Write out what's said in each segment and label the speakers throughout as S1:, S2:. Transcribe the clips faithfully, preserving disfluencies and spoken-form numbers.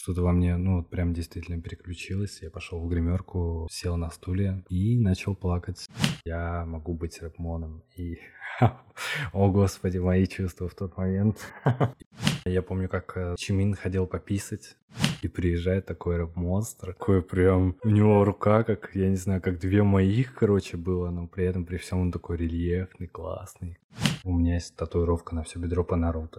S1: Что-то во мне, ну, вот прям действительно переключилось. Я пошел в гримерку, сел на стуле и начал плакать. Я могу быть рэпмоном. И, о господи, мои чувства в тот момент. Я помню, как э, Чимин ходил пописать, и приезжает такой рэп-монстр. Такой прям, у него рука, как, я не знаю, как две моих, короче, было, но при этом, при всем он такой рельефный, классный. У меня есть татуировка на все бедро по Наруто.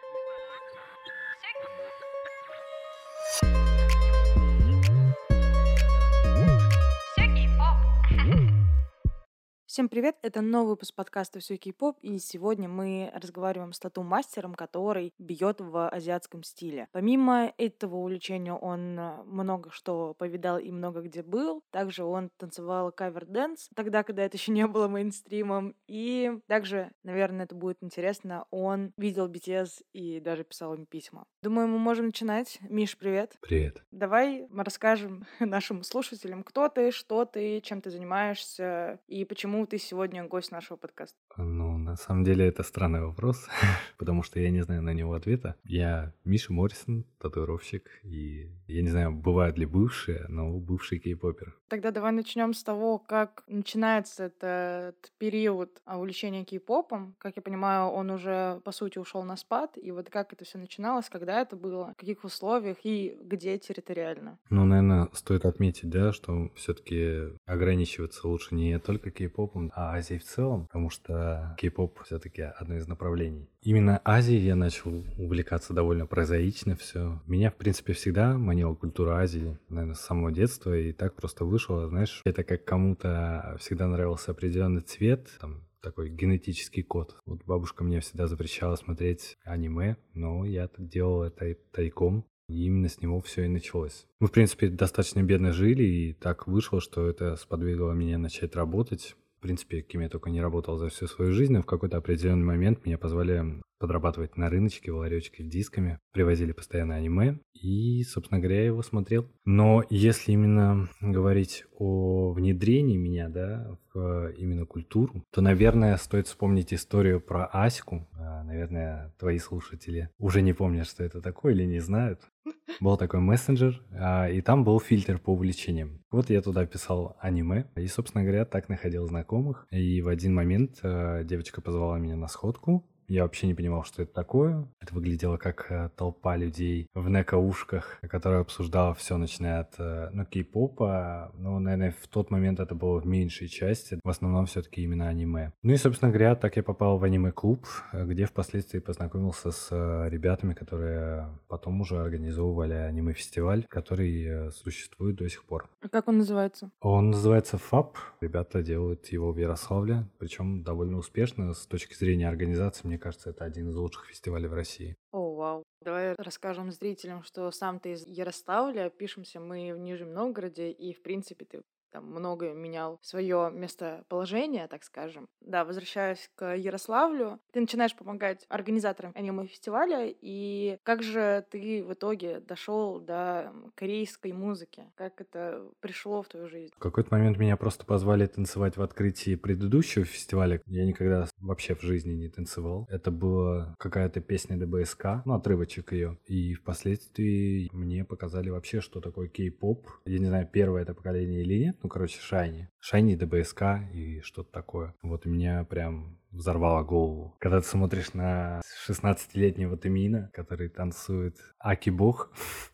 S2: Всем привет! Это новый выпуск подкаста «Всё кей-поп», и сегодня мы разговариваем с тату-мастером, который бьет в азиатском стиле. Помимо этого увлечения он э, много что повидал и много где был. Также он танцевал кавер-дэнс, тогда, когда это еще не было мейнстримом. И также, наверное, это будет интересно, он видел би ти эс и даже писал им письма. Думаю, мы можем начинать. Миш, привет!
S1: Привет.
S2: Давай мы расскажем нашим слушателям, кто ты, что ты, чем ты занимаешься и почему ты сегодня гость нашего подкаста.
S1: Ну, на самом деле, это странный вопрос, потому что я не знаю на него ответа. Я Миша Моррисон, татуировщик, и я не знаю, бывают ли бывшие, но бывший кей-попер.
S2: Тогда давай начнем с того, как начинается этот период а, увлечения кей-попом. Как я понимаю, он уже, по сути, ушел на спад. И вот как это все начиналось, когда это было, в каких условиях и где территориально.
S1: Ну, наверное, стоит отметить, да, что все-таки ограничиваться лучше не только кей-попом, а Азией в целом, потому что кей-поп все-таки одно из направлений. Именно Азией я начал увлекаться довольно прозаично все. Меня, в принципе, всегда манила культура Азии, наверное, с самого детства, и так просто вышло, знаешь, это как кому-то всегда нравился определенный цвет, там, такой генетический код. Вот бабушка мне всегда запрещала смотреть аниме, но я так делал это тайком. И именно с него все и началось. Мы, в принципе, достаточно бедно жили, и так вышло, что это сподвигло меня начать работать. В принципе, кем я только не работал за всю свою жизнь, но в какой-то определенный момент меня позвали подрабатывать на рыночке, в ларечке с дисками. Привозили постоянно аниме, и, собственно говоря, я его смотрел. Но если именно говорить о внедрении меня, да, в именно культуру, то, наверное, стоит вспомнить историю про Аську. А, Наверное, твои слушатели уже не помнят, что это такое, или не знают. Был такой мессенджер, а, и там был фильтр по увлечениям. Вот я туда писал аниме, и, собственно говоря, так находил знакомых. И в один момент а, девочка позвала меня на сходку. Я вообще не понимал, что это такое. Это выглядело как э, толпа людей в некоушках, которая обсуждала все, начиная от э, ну, кей-попа. Но, наверное, в тот момент это было в меньшей части. В основном все-таки именно аниме. Ну и, собственно говоря, так я попал в аниме-клуб, э, где впоследствии познакомился с э, ребятами, которые потом уже организовывали аниме-фестиваль, который э, существует до сих пор.
S2: А как он называется?
S1: Он называется ФАП. Ребята делают его в Ярославле, причем довольно успешно. С точки зрения организации, мне кажется, это один из лучших фестивалей в России.
S2: О, вау. Давай расскажем зрителям, что сам ты из Ярославля, пишемся мы в Нижнем Новгороде, и, в принципе, ты там многое менял свое местоположение, так скажем. Да, возвращаясь к Ярославлю, ты начинаешь помогать организаторам аниме-фестиваля, и как же ты в итоге дошел до корейской музыки? Как это пришло в твою жизнь?
S1: В какой-то момент меня просто позвали танцевать в открытии предыдущего фестиваля. Я никогда вообще в жизни не танцевал. Это была какая-то песня дэ бэ эс ка, ну, отрывочек ее. И впоследствии мне показали вообще, что такое кей-поп. Я не знаю, первое это поколение или нет. Ну, короче, Шайни. Шайни, дэ бэ эс ка и что-то такое. Вот у меня прям взорвало голову. Когда ты смотришь на шестнадцатилетнего Тамина, который танцует Аки-бог,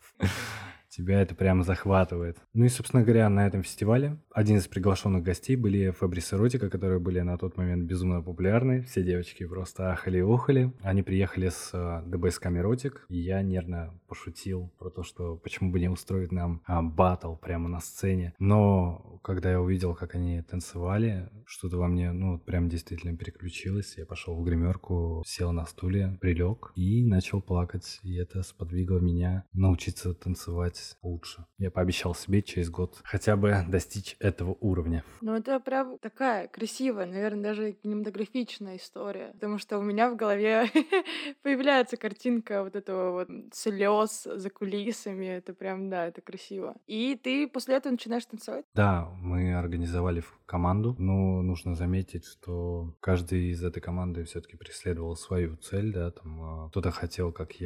S1: тебя это прям захватывает. Ну и, собственно говоря, на этом фестивале один из приглашенных гостей были Фабрис Эротика, которые были на тот момент безумно популярны. Все девочки просто ахали и охали. Они приехали с э, дэ бэ эс ка Эротик, и я нервно пошутил про то, что почему бы не устроить нам а, баттл прямо на сцене. Но когда я увидел, как они танцевали, что-то во мне, ну, прям действительно переключилось. Я пошел в гримерку, сел на стуле, прилег и начал плакать. И это сподвигло меня научиться танцевать лучше. Я пообещал себе через год хотя бы достичь этого уровня.
S2: Ну, это прям такая красивая, наверное, даже кинематографичная история. Потому что у меня в голове появляется картинка вот этого вот слез за кулисами. Это прям, да, это красиво. И ты после этого начинаешь танцевать?
S1: Да, мы организовали в- команду, но нужно заметить, что каждый из этой команды все-таки преследовал свою цель, да, там а, кто-то хотел, как я,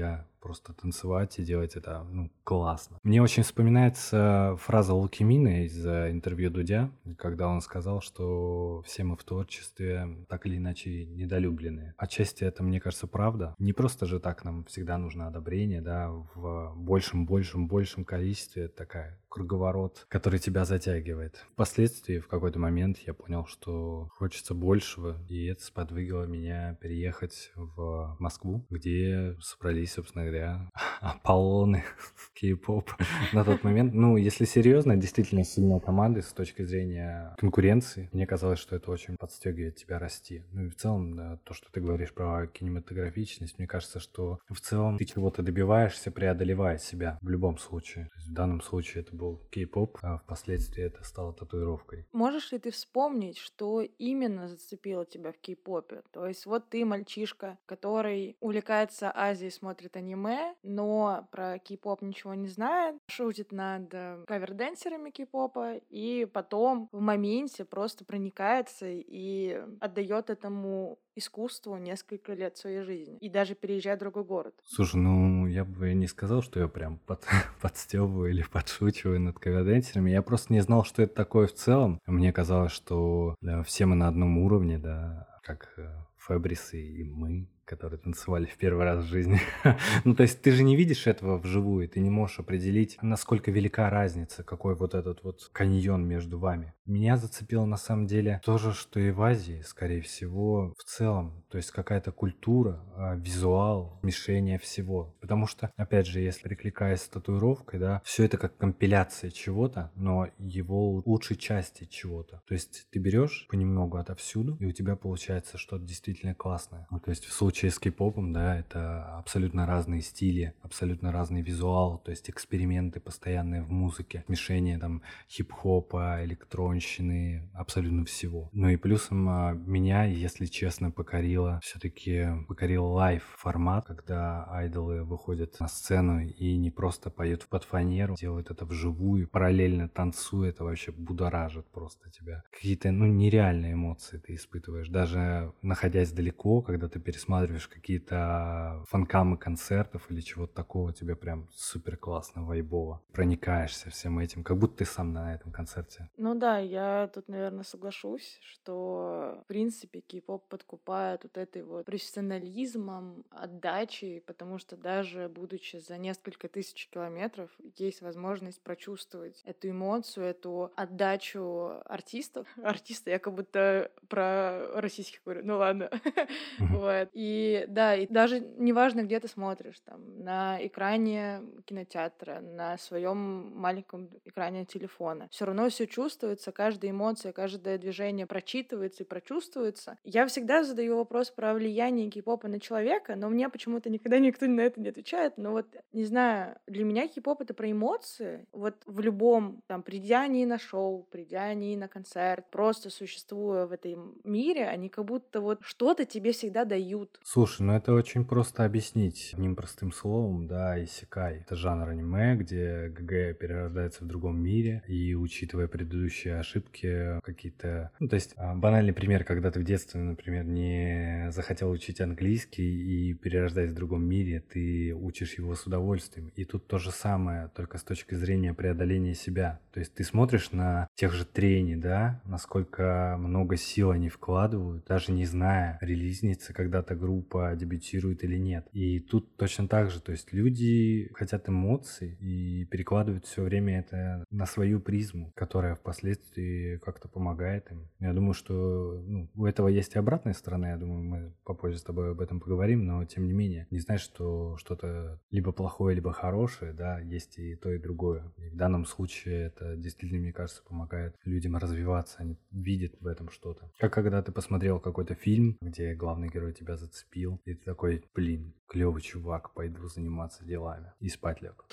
S1: просто танцевать и делать это, ну, классно. Мне очень вспоминается фраза Лукимина из э, интервью Дудя, когда он сказал, что все мы в творчестве так или иначе недолюблены. Отчасти это, мне кажется, правда. Не просто же так нам всегда нужно одобрение, да, в большем, большем, большем количестве. Это такая круговорот, который тебя затягивает. Впоследствии, в какой-то момент, я понял, что хочется большего, и это сподвигло меня переехать в Москву, где собрались, собственно говоря, Аполлоны, кей-поп на тот момент. Ну, если серьезно, действительно сильная команда с точки зрения конкуренции. Мне казалось, что это очень подстегивает тебя расти. Ну и в целом, да, то, что ты говоришь про кинематографичность, мне кажется, что в целом ты чего-то добиваешься, преодолевая себя в любом случае. То есть в данном случае это был кей-поп, а впоследствии это стало татуировкой.
S2: Можешь ли ты вспомнить, что именно зацепило тебя в кей-попе? То есть вот ты мальчишка, который увлекается Азией, смотрит аниме, но про кей-поп ничего не знает, шутит над э, кавер-дэнсерами кей-попа, и потом в моменте просто проникается и отдает этому искусству несколько лет своей жизни. И даже переезжает в другой город.
S1: Слушай, ну я бы не сказал, что я прям под, подстебываю или подшучиваю над кавер-дэнсерами. Я просто не знал, что это такое в целом. Мне казалось, что да, все мы на одном уровне, да, как э, Фабрисы и мы, которые танцевали в первый раз в жизни. Ну, то есть ты же не видишь этого вживую, ты не можешь определить, насколько велика разница, какой вот этот вот каньон между вами. Меня зацепило на самом деле то же, что и в Азии, скорее всего, в целом. То есть какая-то культура, а, визуал, смешение всего. Потому что, опять же, если перекликаясь с татуировкой, да, все это как компиляция чего-то, но его лучшей части чего-то. То есть ты берешь понемногу отовсюду, и у тебя получается что-то действительно классное. Ну, то есть в случае с кей-попом, да, это абсолютно разные стили, абсолютно разный визуал, то есть эксперименты постоянные в музыке, смешение там хип-хопа, электронщины, абсолютно всего. Ну и плюсом а, меня, если честно, покорило, все-таки покорил лайв-формат, когда айдолы выходят на сцену и не просто поют в подфанеру, делают это вживую, параллельно танцуя, это вообще будоражит просто тебя. Какие-то, ну, нереальные эмоции ты испытываешь, даже находясь далеко, когда ты пересматриваешь какие-то фанкамы концертов или чего-то такого, тебе прям супер классно, вайбово. Проникаешься всем этим, как будто ты сам на этом концерте.
S2: Ну да, я тут, наверное, соглашусь, что, в принципе, кей-поп подкупает вот этой вот профессионализмом, отдачей, потому что даже будучи за несколько тысяч километров, есть возможность прочувствовать эту эмоцию, эту отдачу артистов. Артиста я как будто про российских говорю, ну ладно.
S1: Мгм.
S2: Вот. И да, и даже неважно, где ты смотришь, там, на экране кинотеатра, на своем маленьком экране телефона, все равно все чувствуется, каждая эмоция, каждое движение прочитывается и прочувствуется. Я всегда задаю вопрос про влияние кей-попа на человека, но мне почему-то никогда никто на это не отвечает. Но вот, не знаю, для меня кей-поп — это про эмоции. Вот в любом, там, придя они на шоу, придя они на концерт, просто существуя в этом мире, они как будто вот что-то тебе всегда дают.
S1: Слушай, ну это очень просто объяснить одним простым словом, да, исекай. Это жанр аниме, где ГГ перерождается в другом мире, и учитывая предыдущие ошибки, какие-то... Ну, то есть а, банальный пример, когда ты в детстве, например, не захотел учить английский, и перерождаясь в другом мире, ты учишь его с удовольствием. И тут то же самое, только с точки зрения преодоления себя. То есть ты смотришь на тех же трени, да, насколько много сил они вкладывают, даже не зная, релизнится когда-то группа, дебютирует или нет. И тут точно так же, то есть люди хотят эмоций и перекладывают все время это на свою призму, которая впоследствии как-то помогает им. Я думаю, что ну, у этого есть и обратная сторона, я думаю, мы попозже с тобой об этом поговорим, но тем не менее, не знаешь, что что-то либо плохое, либо хорошее, да, есть и то, и другое. И в данном случае это действительно, мне кажется, помогает людям развиваться, они видят в этом что-то. Как когда ты посмотрел какой-то фильм, где главный герой тебя зацепил, и ты такой, блин, клевый чувак, пойду заниматься делами. И спать лег.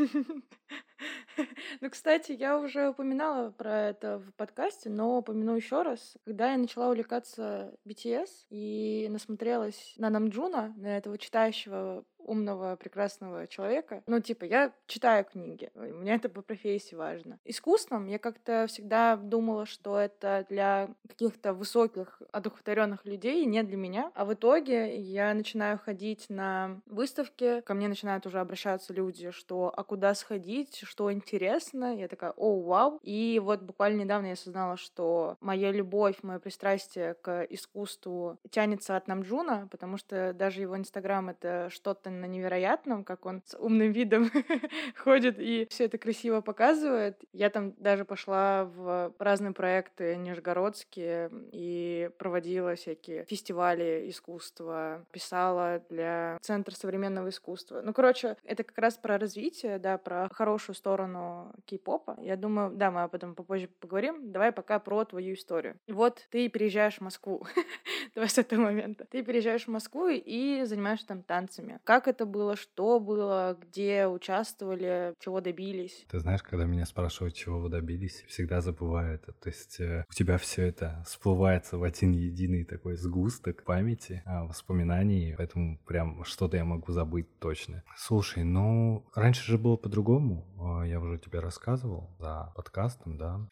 S2: Ну, кстати, я уже упоминала про это в подкасте, но упомяну еще раз. Когда я начала увлекаться би ти эс и насмотрелась на Намджуна, на этого читающего умного, прекрасного человека. Ну, типа, я читаю книги, у меня это по профессии важно. Искусством я как-то всегда думала, что это для каких-то высоких, одухотворенных людей, не для меня. А в итоге я начинаю ходить на выставки, ко мне начинают уже обращаться люди, что а куда сходить, что интересно. Я такая, о, вау. И вот буквально недавно я осознала, что моя любовь, мое пристрастие к искусству тянется от Намджуна, потому что даже его Инстаграм — это что-то на невероятном, как он с умным видом ходит и все это красиво показывает. Я там даже пошла в разные проекты нижегородские и проводила всякие фестивали искусства, писала для Центра современного искусства. Ну, короче, это как раз про развитие, да, про хорошую сторону кей-попа. Я думаю, да, мы об этом попозже поговорим. Давай пока про твою историю. И вот ты переезжаешь в Москву. Давай с этого момента. Ты переезжаешь в Москву и занимаешься там танцами. Как это было, что было, где участвовали, чего добились?
S1: Ты знаешь, когда меня спрашивают, чего вы добились, всегда забываю это. То есть э, у тебя все это всплывается в один единый такой сгусток памяти, а, воспоминаний, поэтому прям что-то я могу забыть точно. Слушай, ну, раньше же было по-другому. А, Я уже тебе рассказывал за подкастом, да,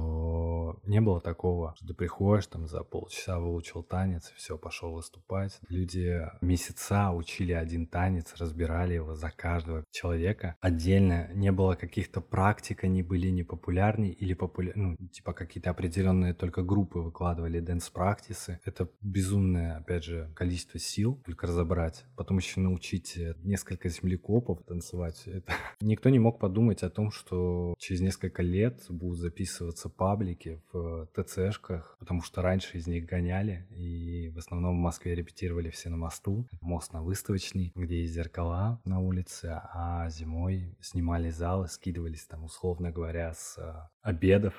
S1: что не было такого, что ты приходишь там за полчаса выучил танец, и все, пошел выступать. Люди месяца учили один танец, разбирали его за каждого человека отдельно. Не было каких-то практик, они были не популярны или популя... ну, типа какие-то определенные только группы выкладывали дэнс-практисы. Это безумное, опять же, количество сил только разобрать. Потом еще научить э, несколько землекопов танцевать. Это... Никто не мог подумать о том, что через несколько лет будут записываться паблики в ТЦшках, потому что раньше из них гоняли, и в основном в Москве репетировали все на мосту. Мост на Выставочный, где есть зеркала на улице, а зимой снимали залы, скидывались там, условно говоря, с а, обедов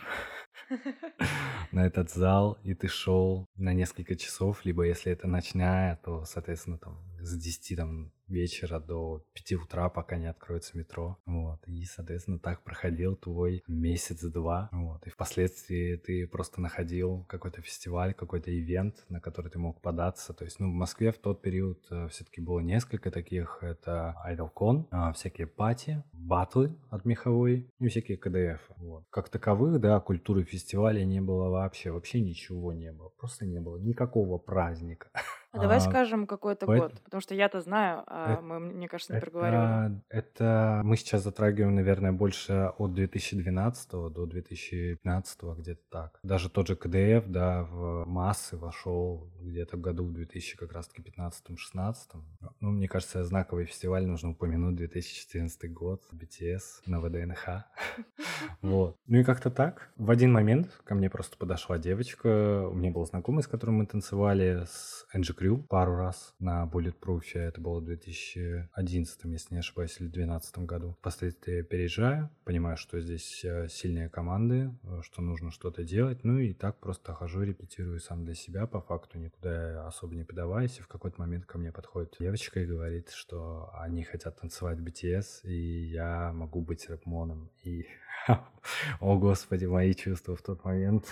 S1: на этот зал, и ты шел на несколько часов, либо если это ночная, то, соответственно, там с десяти там, вечера до пяти утра, пока не откроется метро. Вот. И, соответственно, так проходил твой месяц-два. Вот. И впоследствии ты просто находил какой-то фестиваль, какой-то ивент, на который ты мог податься. То есть, ну, в Москве в тот период э, все-таки было несколько таких. Это IdolCon, а, всякие пати, батлы от Меховой, ну, и всякие КДФ. Вот. Как таковых, да, культуры фестиваля не было вообще. Вообще ничего не было. Просто не было никакого праздника.
S2: А давай
S1: А,
S2: скажем, какой это
S1: поэт-
S2: год, потому что я-то знаю, а
S1: это
S2: мы, мне кажется, не проговаривали.
S1: это, это мы сейчас затрагиваем, наверное, больше от две тысячи двенадцатого до две тысячи пятнадцатого, где-то так. Даже тот же КДФ, да, в массы вошел где-то в году в две тысячи как раз-таки пятнадцатом-шестнадцатом. Ну, мне кажется, знаковый фестиваль нужно упомянуть две тысячи четырнадцатый год, би ти эс на ВДНХ. Вот. Ну и как-то так. В один момент ко мне просто подошла девочка. У меня был знакомый, с которым мы танцевали с Энджи Крю пару раз на Bulletproof. Это было в две тысячи одиннадцатом, если не ошибаюсь, или в две тысячи двенадцатом году. Впоследствии я переезжаю, понимаю, что здесь э, сильные команды, э, что нужно что-то делать. Ну и так просто хожу, репетирую сам для себя, по факту никуда я особо не подаваюсь. И в какой-то момент ко мне подходит девочка и говорит, что они хотят танцевать би ти эс, и я могу быть рэпмоном. И о, господи, мои чувства в тот момент.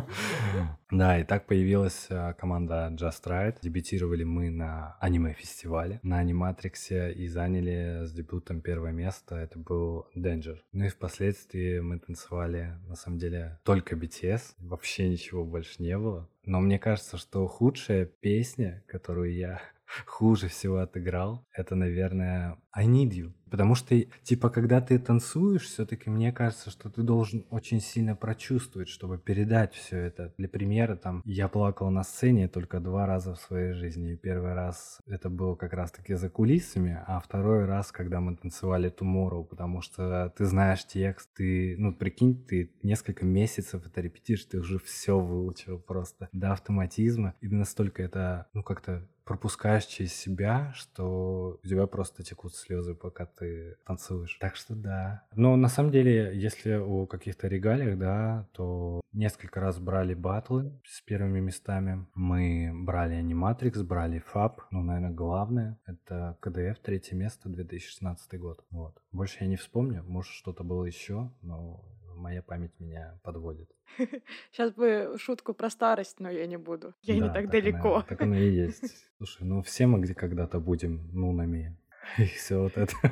S1: Да, и так появилась а, команда Just Right. Дебютировали мы на аниме-фестивале на Аниматриксе и заняли с дебютом первое место. Это был Danger. Ну и впоследствии мы танцевали, на самом деле, только би ти эс. Вообще ничего больше не было. Но мне кажется, что худшая песня, которую я хуже всего отыграл, это, наверное, I Need You. Потому что, типа, когда ты танцуешь, все-таки мне кажется, что ты должен очень сильно прочувствовать, чтобы передать все это. Для примера, там, я плакал на сцене только два раза в своей жизни. И первый раз это было как раз-таки за кулисами, а второй раз, когда мы танцевали Tomorrow, потому что ты знаешь текст, ты, ну, прикинь, ты несколько месяцев это репетишь, ты уже все выучил просто до автоматизма. И настолько это, ну, как-то пропускаешь через себя, что у тебя просто текут слезы, пока ты танцуешь. Так что да. Но на самом деле, если о каких-то регалиях, да, то несколько раз брали батлы с первыми местами. Мы брали Аниматрикс, брали ФАП. Ну, наверное, главное — это КДФ, третье место, две тысячи шестнадцатый год. Вот. Больше я не вспомню. Может, что-то было еще, но моя память меня подводит.
S2: Сейчас бы шутку про старость, но я не буду. Я не
S1: Да,
S2: так
S1: так оно,
S2: далеко.
S1: так оно и есть. Слушай, ну все мы где когда-то будем нунами. и все вот это.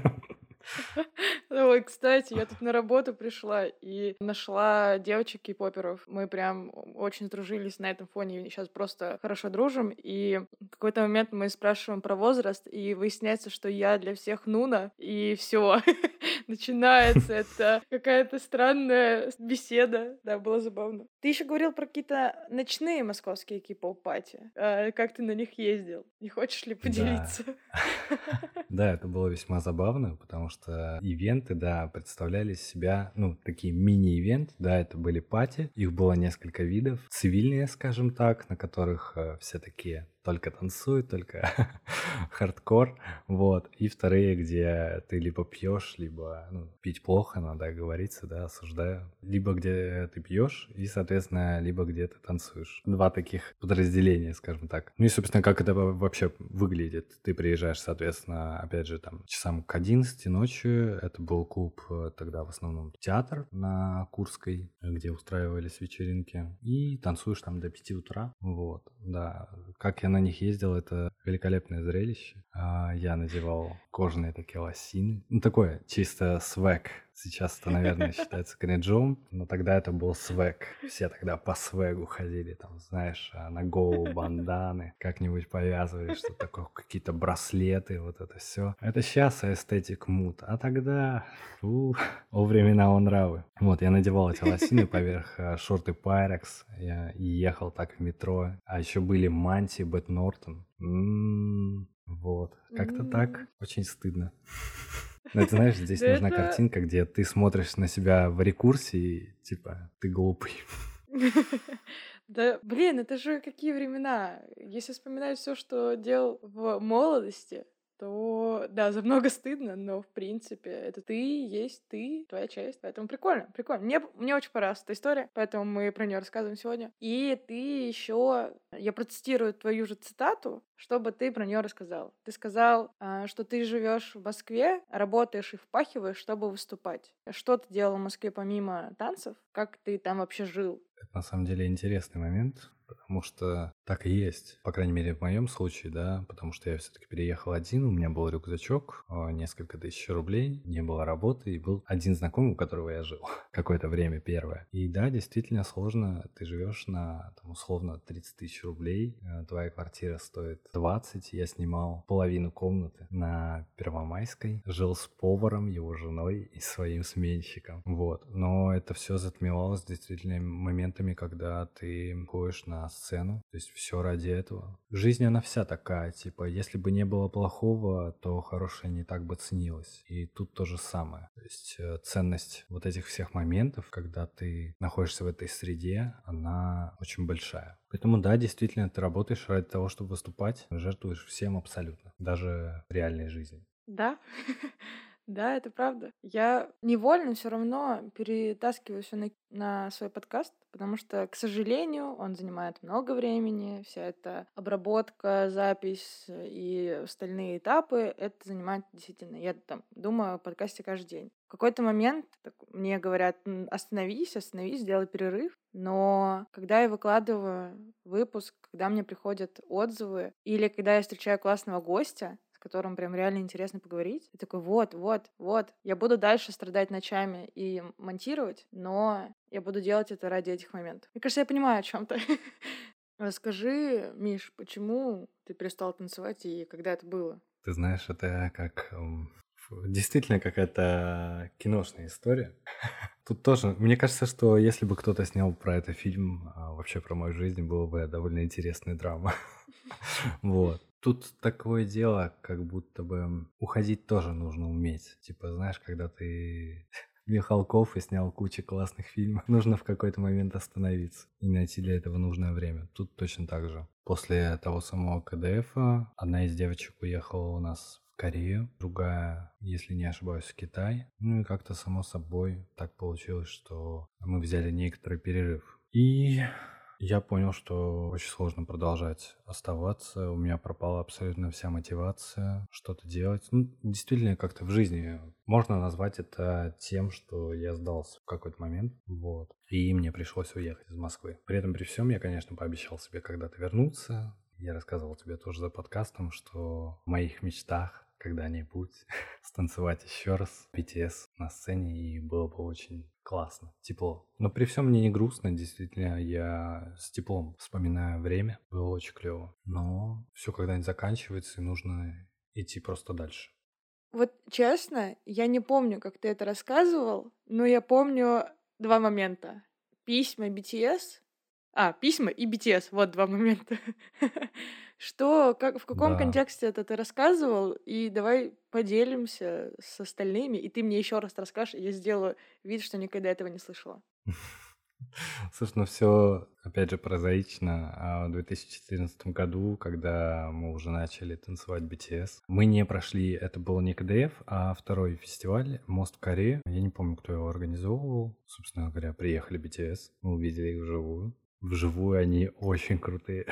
S2: Ой, кстати, я тут на работу пришла и нашла девочек кей-поперов. Мы прям очень сдружились на этом фоне, сейчас просто хорошо дружим. И в какой-то момент мы спрашиваем про возраст, и выясняется, что я для всех Нуна, и все. Начинается это какая-то странная беседа. Да, было забавно. Ты еще говорил про какие-то ночные московские кей-поп-пати. А, как ты на них ездил? Не хочешь ли
S1: Да.
S2: поделиться?
S1: Да, это было весьма забавно, потому что ивенты, да, представляли из себя, ну, такие мини-ивенты, да, это были пати, их было несколько видов, цивильные, скажем так, на которых э, все такие только танцуют, только хардкор, вот, и вторые, где ты либо пьешь, либо, ну, пить плохо, надо оговориться, да, осуждаю, либо где ты пьешь, и, соответственно, либо где ты танцуешь. Два таких подразделения, скажем так. Ну и, собственно, как это во- вообще выглядит. Ты приезжаешь, соответственно, опять же, там, часам к одиннадцати ночи, это был клуб э, тогда в основном театр на Курской, где устраивались вечеринки, и танцуешь там до пяти утра, вот, да. Как я на них ездил, это великолепное зрелище. А, Я надевал кожаные такие лосины. Ну, такое чисто свэг. Сейчас это, наверное, считается кринжом, но тогда это был свэг. Все тогда по свэгу ходили, там, знаешь, а, на голову банданы, как-нибудь повязывали, что такое, какие-то браслеты, вот это все. Это сейчас эстетик мут, а тогда, у, о времена, о нравы. Вот, я надевал эти лосины поверх а, шорты Pyrex, я и ехал так в метро. А еще были мантии Бет Нортон. М, Вот, как-то так.
S2: М.
S1: Очень стыдно. Ну, это, знаешь, здесь
S2: Да
S1: нужна
S2: это...
S1: картинка, где ты смотришь на себя в рекурсии, и, типа, ты глупый.
S2: Да, блин, это же какие времена. Если вспоминать все, что делал в молодости, то да, за много стыдно, но в принципе это ты, есть ты, твоя часть. Поэтому прикольно, прикольно. Мне, мне очень понравилась эта история, поэтому мы про нее рассказываем сегодня. И ты еще, я процитирую твою же цитату, чтобы ты про нее рассказал. Ты сказал, а, что ты живешь в Москве, работаешь и впахиваешь, чтобы выступать. Что ты делал в Москве помимо танцев? Как ты там вообще жил?
S1: Это на самом деле интересный момент, потому что так и есть. По крайней мере, в моем случае, да, потому что я все-таки переехал один, у меня был рюкзачок, а, несколько тысяч рублей, не было работы, и был один знакомый, у которого я жил какое-то время первое. И да, действительно сложно, ты живешь на, там, условно, тридцать тысяч рублей, э, твоя квартира стоит двадцать, я снимал половину комнаты на Первомайской, жил с поваром, его женой и своим сменщиком, вот. Но это все затмевалось действительно моментами, когда ты ходишь на сцену, то есть все ради этого. Жизнь, она вся такая, типа, если бы не было плохого, то хорошее не так бы ценилось. И тут то же самое. То есть э, ценность вот этих всех моментов, когда ты находишься в этой среде, она очень большая. Поэтому да, действительно, ты работаешь ради того, чтобы выступать, жертвуешь всем абсолютно, даже в реальной жизни.
S2: Да, да, это правда. Я невольно все равно перетаскиваю все на, на свой подкаст, потому что, к сожалению, он занимает много времени. Вся эта обработка, запись и остальные этапы, это занимает действительно. Я там думаю о подкасте каждый день. В какой-то момент так, мне говорят, «М, остановись, остановись, сделай перерыв. Но когда я выкладываю выпуск, когда мне приходят отзывы, или когда я встречаю классного гостя, с которым прям реально интересно поговорить, я такой, вот, вот, вот, я буду дальше страдать ночами и монтировать, но я буду делать это ради этих моментов. Мне кажется, я понимаю о чем ты. Расскажи, Миш, почему ты перестал танцевать и когда это было?
S1: Ты знаешь, это как м, фу, действительно какая-то киношная история. Тут тоже, мне кажется, что если бы кто-то снял про это фильм, а, вообще про мою жизнь, было бы довольно интересная драма. Вот. Тут такое дело, как будто бы уходить тоже нужно уметь. Типа, знаешь, когда ты Михалков и снял кучу классных фильмов, нужно в какой-то момент остановиться и найти для этого нужное время. Тут точно так же. После того самого КДФ одна из девочек уехала у нас в Корею, другая, если не ошибаюсь, в Китай. Ну и как-то само собой так получилось, что мы взяли некоторый перерыв. И я понял, что очень сложно продолжать оставаться. У меня пропала абсолютно вся мотивация что-то делать. Ну, действительно, как-то в жизни можно назвать это тем, что я сдался в какой-то момент. Вот. И мне пришлось уехать из Москвы. При этом, при всем, я, конечно, пообещал себе когда-то вернуться. Я рассказывал тебе тоже за подкастом, что в моих мечтах когда-нибудь станцевать еще раз би ти эс на сцене, и было бы очень классно, тепло. Но при всем мне не грустно, действительно, я с теплом вспоминаю время, было очень клево. Но все когда-нибудь заканчивается, и нужно идти просто дальше.
S2: Вот честно, я не помню, как ты это рассказывал, но я помню два момента. Письма би ти эс. А, письма и би ти эс. Вот два момента. Что, как, в каком
S1: Да.
S2: контексте это ты рассказывал? И давай поделимся с остальными, и ты мне еще раз расскажешь, и я сделаю вид, что никогда этого не слышала.
S1: Слушай, ну все, опять же, прозаично. А в две тысячи четырнадцатом году, когда мы уже начали танцевать би ти эс, мы не прошли, это был не ка дэ эф, а второй фестиваль «Мост в Корею». Я не помню, кто его организовывал. Собственно говоря, приехали би ти эс, мы увидели их вживую. Вживую они очень крутые.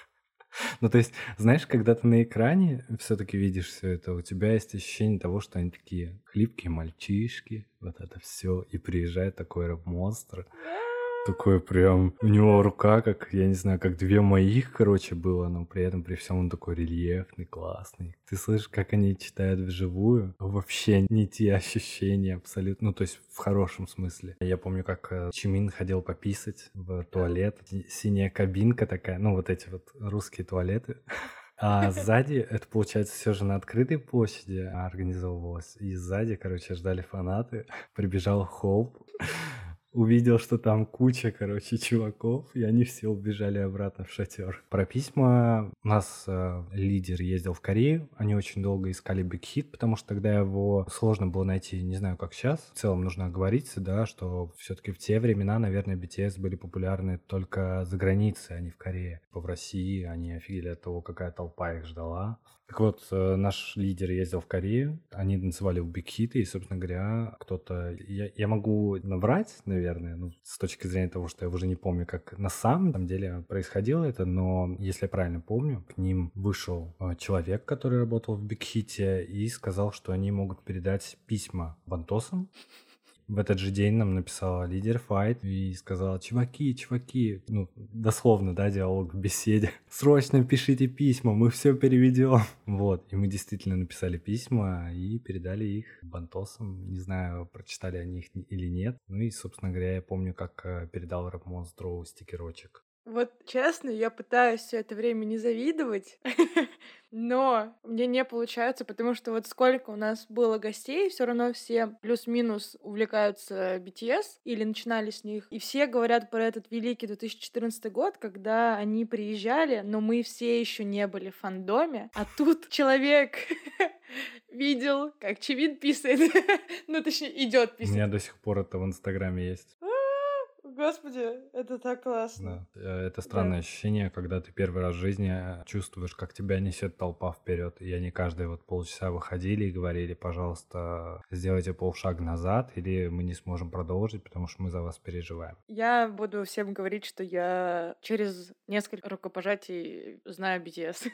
S1: Ну, то есть, знаешь, когда ты на экране все-таки видишь все это, у тебя есть ощущение того, что они такие хлипкие мальчишки, вот это все, и приезжает такой рэп-монстр, такой прям, у него рука, как, я не знаю, как две моих, короче, было, но при этом, при всем он такой рельефный, классный. Ты слышишь, как они читают вживую? Вообще не те ощущения абсолютно, ну, то есть в хорошем смысле. Я помню, как э, Чимин ходил пописать в туалет, си- синяя кабинка такая, ну, вот эти вот русские туалеты. А сзади, это получается все же на открытой площади организовывалось, и сзади, короче, ждали фанаты, прибежал Хоуп, увидел, что там куча, короче, чуваков, и они все убежали обратно в шатер. Про письма у нас э, лидер ездил в Корею, они очень долго искали Big Hit, потому что тогда его сложно было найти, не знаю, как сейчас. В целом нужно оговориться, да, что все-таки в те времена, наверное, би ти эс были популярны только за границей, а не в Корее. В России они офигели от того, какая толпа их ждала. Так вот, э, наш лидер ездил в Корею, они танцевали в Big Hit, и, собственно говоря, кто-то... Я, я могу наврать, наверное, ну, с точки зрения того, что я уже не помню, как на самом деле происходило это, но, если я правильно помню, к ним вышел э, человек, который работал в Big Hit, и сказал, что они могут передать письма бантосам. В этот же день нам написала лидер Файт и сказала: чуваки, чуваки, ну, дословно, да, диалог в беседе, срочно пишите письма, мы все переведем. Вот, и мы действительно написали письма и передали их бантосам. Не знаю, прочитали они их или нет. Ну и, собственно говоря, я помню, как э, передал рэп-монстру стикерочек.
S2: Вот честно, я пытаюсь все это время не завидовать, но мне не получается, потому что вот сколько у нас было гостей, все равно все плюс-минус увлекаются би ти эс или начинали с них, и все говорят про этот великий две тысячи четырнадцатый год, когда они приезжали, но мы все еще не были в фандоме, а тут человек видел, как Чимин писает, ну точнее идет
S1: У
S2: писать.
S1: меня до сих пор это в Инстаграме есть.
S2: Господи, это так классно.
S1: Да. Э, Это странное
S2: Да.
S1: ощущение, когда ты первый раз в жизни э, чувствуешь, как тебя несет толпа вперед. И они каждые вот полчаса выходили и говорили: пожалуйста, сделайте полшага назад, или мы не сможем продолжить, потому что мы за вас переживаем.
S2: Я буду всем говорить, что я через несколько рукопожатий знаю би ти эс.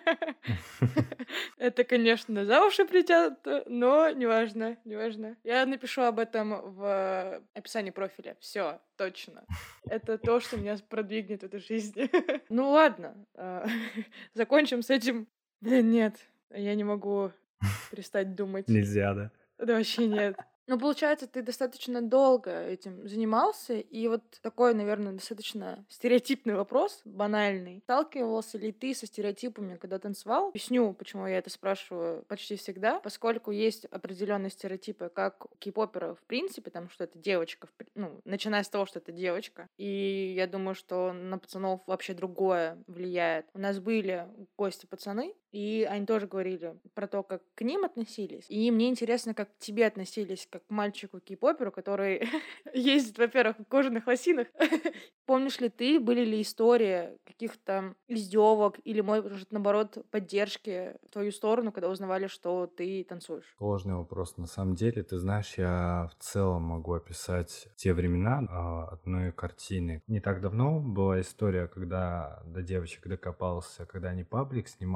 S2: Это, конечно, за уши притянуто, но неважно, неважно. Я напишу об этом в описании профиля. Все, точно. Это то, что меня продвигнет в этой жизни. Ну ладно, а, закончим с этим. Блин, нет, я не могу перестать думать.
S1: Нельзя, да?
S2: Да вообще нет. Ну, получается, ты достаточно долго этим занимался, и вот такой, наверное, достаточно стереотипный вопрос, банальный. Сталкивался ли ты со стереотипами, когда танцевал? Объясню, почему я это спрашиваю почти всегда, поскольку есть определенные стереотипы, как у кей-поперов в принципе, там, что это девочка, в при- ну, начиная с того, что это девочка, и я думаю, что на пацанов вообще другое влияет. У нас были гости пацаны, и они тоже говорили про то, как к ним относились. И мне интересно, как к тебе относились, как к мальчику кей-поперу, который ездит, во-первых, в кожаных лосинах. Помнишь ли ты, были ли истории каких-то издевок или, может, наоборот, поддержки в твою сторону, когда узнавали, что ты танцуешь?
S1: Сложный вопрос. На самом деле, ты знаешь, я в целом могу описать те времена а, одной картины. Не так давно была история, когда до девочек докопался, когда они паблик снимали какой-то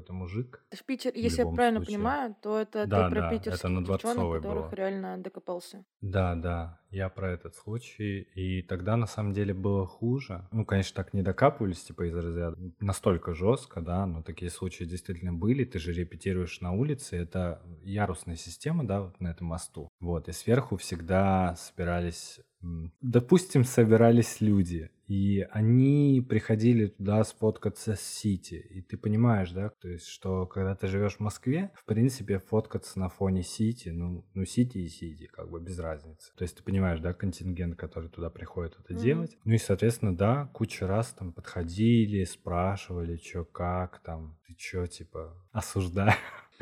S1: какой-то мужик
S2: Это в Питер,
S1: в
S2: если я
S1: любом
S2: правильно
S1: случае.
S2: понимаю, то это ты
S1: Да,
S2: про
S1: да, это
S2: питерских
S1: на
S2: девчонок,
S1: Дворцовой
S2: которых
S1: было.
S2: реально докопался.
S1: Да, да, я про этот случай. И тогда на самом деле было хуже. Ну, конечно, так не докапывались, типа из разряда настолько жестко, да, но такие случаи действительно были. Ты же репетируешь на улице, это ярусная система, да, вот на этом мосту. Вот, и сверху всегда собирались, м, допустим, собирались люди. И они приходили туда сфоткаться с Сити. И ты понимаешь, да, то есть, что когда ты живешь в Москве, в принципе, фоткаться на фоне Сити, ну, ну Сити и Сити, как бы без разницы. То есть ты понимаешь, да, контингент, который туда приходит это
S2: Мгм.
S1: делать. Ну и, соответственно, да, кучу раз там подходили, спрашивали, чё, как там, ты чё, типа, осуждаю.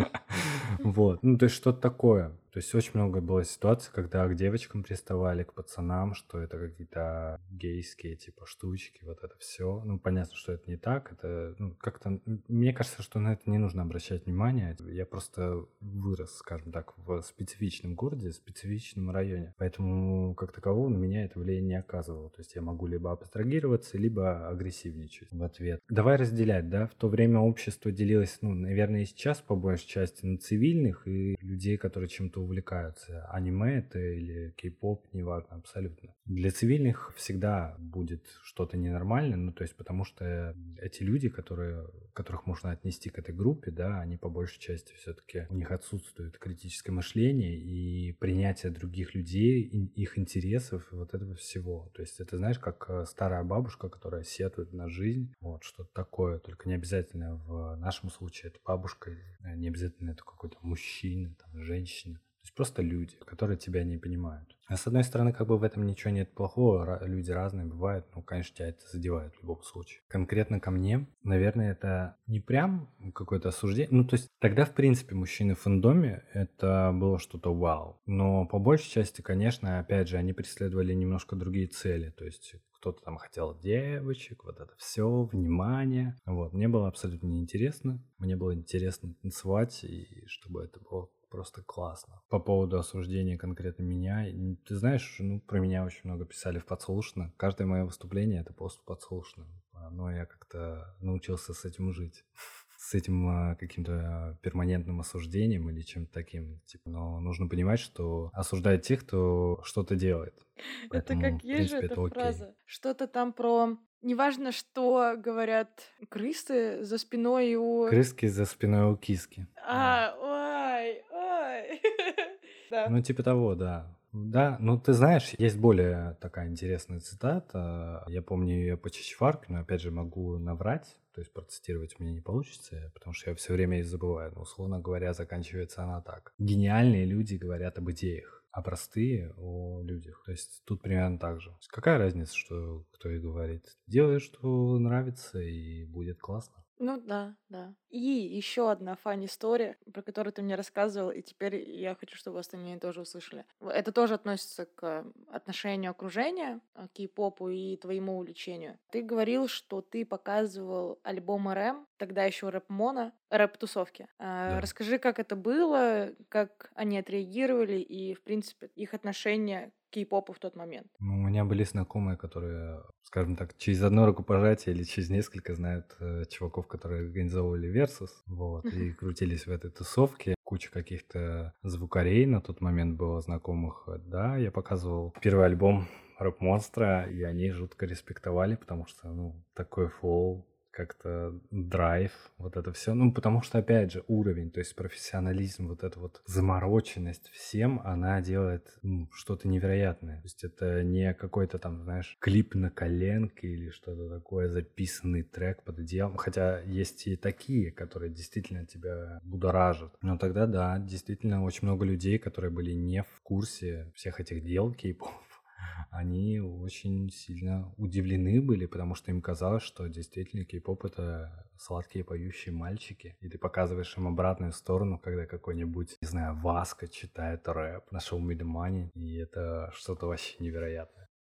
S1: Вот, ну то есть что-то такое. То есть очень много было ситуаций, когда к девочкам приставали, к пацанам, что это какие-то гейские типа штучки, вот это все. Ну понятно, что это не так. Это ну, как-то м, мне кажется, что на это не нужно обращать внимание. Я просто вырос, скажем так, в специфичном городе, в специфичном районе, поэтому как такового на меня это влияние не оказывало. То есть я могу либо абстрагироваться, либо агрессивничать в ответ. Давай разделять, да? В то время общество делилось, ну, наверное, и сейчас по большей части на цивильных и людей, которые чем-то увлекаются. Аниме это или кей-поп, неважно, абсолютно. Для цивильных всегда будет что-то ненормальное, ну, то есть потому что эти люди, которые, которых можно отнести к этой группе, да, они по большей части все-таки, у них отсутствует критическое мышление и принятие других людей, ин- их интересов и вот этого всего. То есть это, знаешь, как э, старая бабушка, которая сетует на жизнь, вот, что-то такое, только не обязательно в нашем случае это бабушка, э, не обязательно это какой-то мужчина, там, женщина. То есть просто люди, которые тебя не понимают. А с одной стороны, как бы в этом ничего нет плохого, ра- люди разные бывают, ну, конечно, тебя это задевает в любом случае. Конкретно ко мне, наверное, это не прям какое-то осуждение, ну, то есть тогда, в принципе, мужчины в фандоме, это было что-то вау. Но по большей части, конечно, опять же, они преследовали немножко другие цели, то есть кто-то там хотел девочек, вот это все, внимание. Вот, мне было абсолютно неинтересно. Мне было интересно танцевать, и чтобы это было просто классно. По поводу осуждения конкретно меня, н- ты знаешь, ну, про меня очень много писали в подслушно. Каждое мое выступление — это пост в подслушно. А, Но я как-то научился с этим жить. С этим а, каким-то перманентным осуждением или чем-то таким. Типа, но нужно понимать, что осуждать тех, кто что-то делает.
S2: Это
S1: Поэтому,
S2: как
S1: в
S2: есть же
S1: принципе,
S2: эта
S1: это окей.
S2: фраза. Что-то там про... Неважно, что говорят крысы за спиной у...
S1: Крыски за спиной у киски. Да.
S2: А, ой, ой. Да.
S1: Ну, типа того, да. Да, ну ты знаешь, есть более такая интересная цитата. Я помню ее по Чичварке, но опять же могу наврать, то есть процитировать у меня не получится, потому что я все время ее забываю. Но, условно говоря, заканчивается она так. Гениальные люди говорят об идеях, а простые о людях. То есть тут примерно так же. То есть какая разница, что кто и говорит? Делай, что нравится, и будет классно.
S2: Ну да, да. И еще одна фан-история, про которую ты мне рассказывал, и теперь я хочу, чтобы остальные тоже услышали. В- Это тоже относится к отношению окружения, а, к кей-попу и твоему увлечению. Ты говорил, что ты показывал альбом эр эм, тогда еще рэп Мона, рэп-тусовки. А,
S1: Да.
S2: Расскажи, как это было, как они отреагировали и, в принципе, их отношение к кей-попу в тот момент.
S1: Ну, у меня были знакомые, которые, скажем так, через одно рукопожатие или через несколько знают э, чуваков, которые организовывали Versus, вот, и крутились в этой тусовке. Куча каких-то звукарей на тот момент было знакомых. Да, я показывал первый альбом Рэп Монстра, и они жутко респектовали, потому что, ну, такой флоу, как-то драйв, вот это все. Ну, потому что, опять же, уровень, то есть профессионализм, вот эта вот замороченность всем, она делает ну, что-то невероятное. То есть это не какой-то там, знаешь, клип на коленке или что-то такое, записанный трек под делом. Хотя есть и такие, которые действительно тебя будоражат. Но тогда, да, действительно очень много людей, которые были не в курсе всех этих дел кей-поп, они очень сильно удивлены были, потому что им казалось, что действительно кей-поп — это сладкие поющие мальчики. И ты показываешь им обратную сторону, когда какой-нибудь, не знаю, Васка читает рэп на шоу Meet the Money, и это что-то вообще невероятное.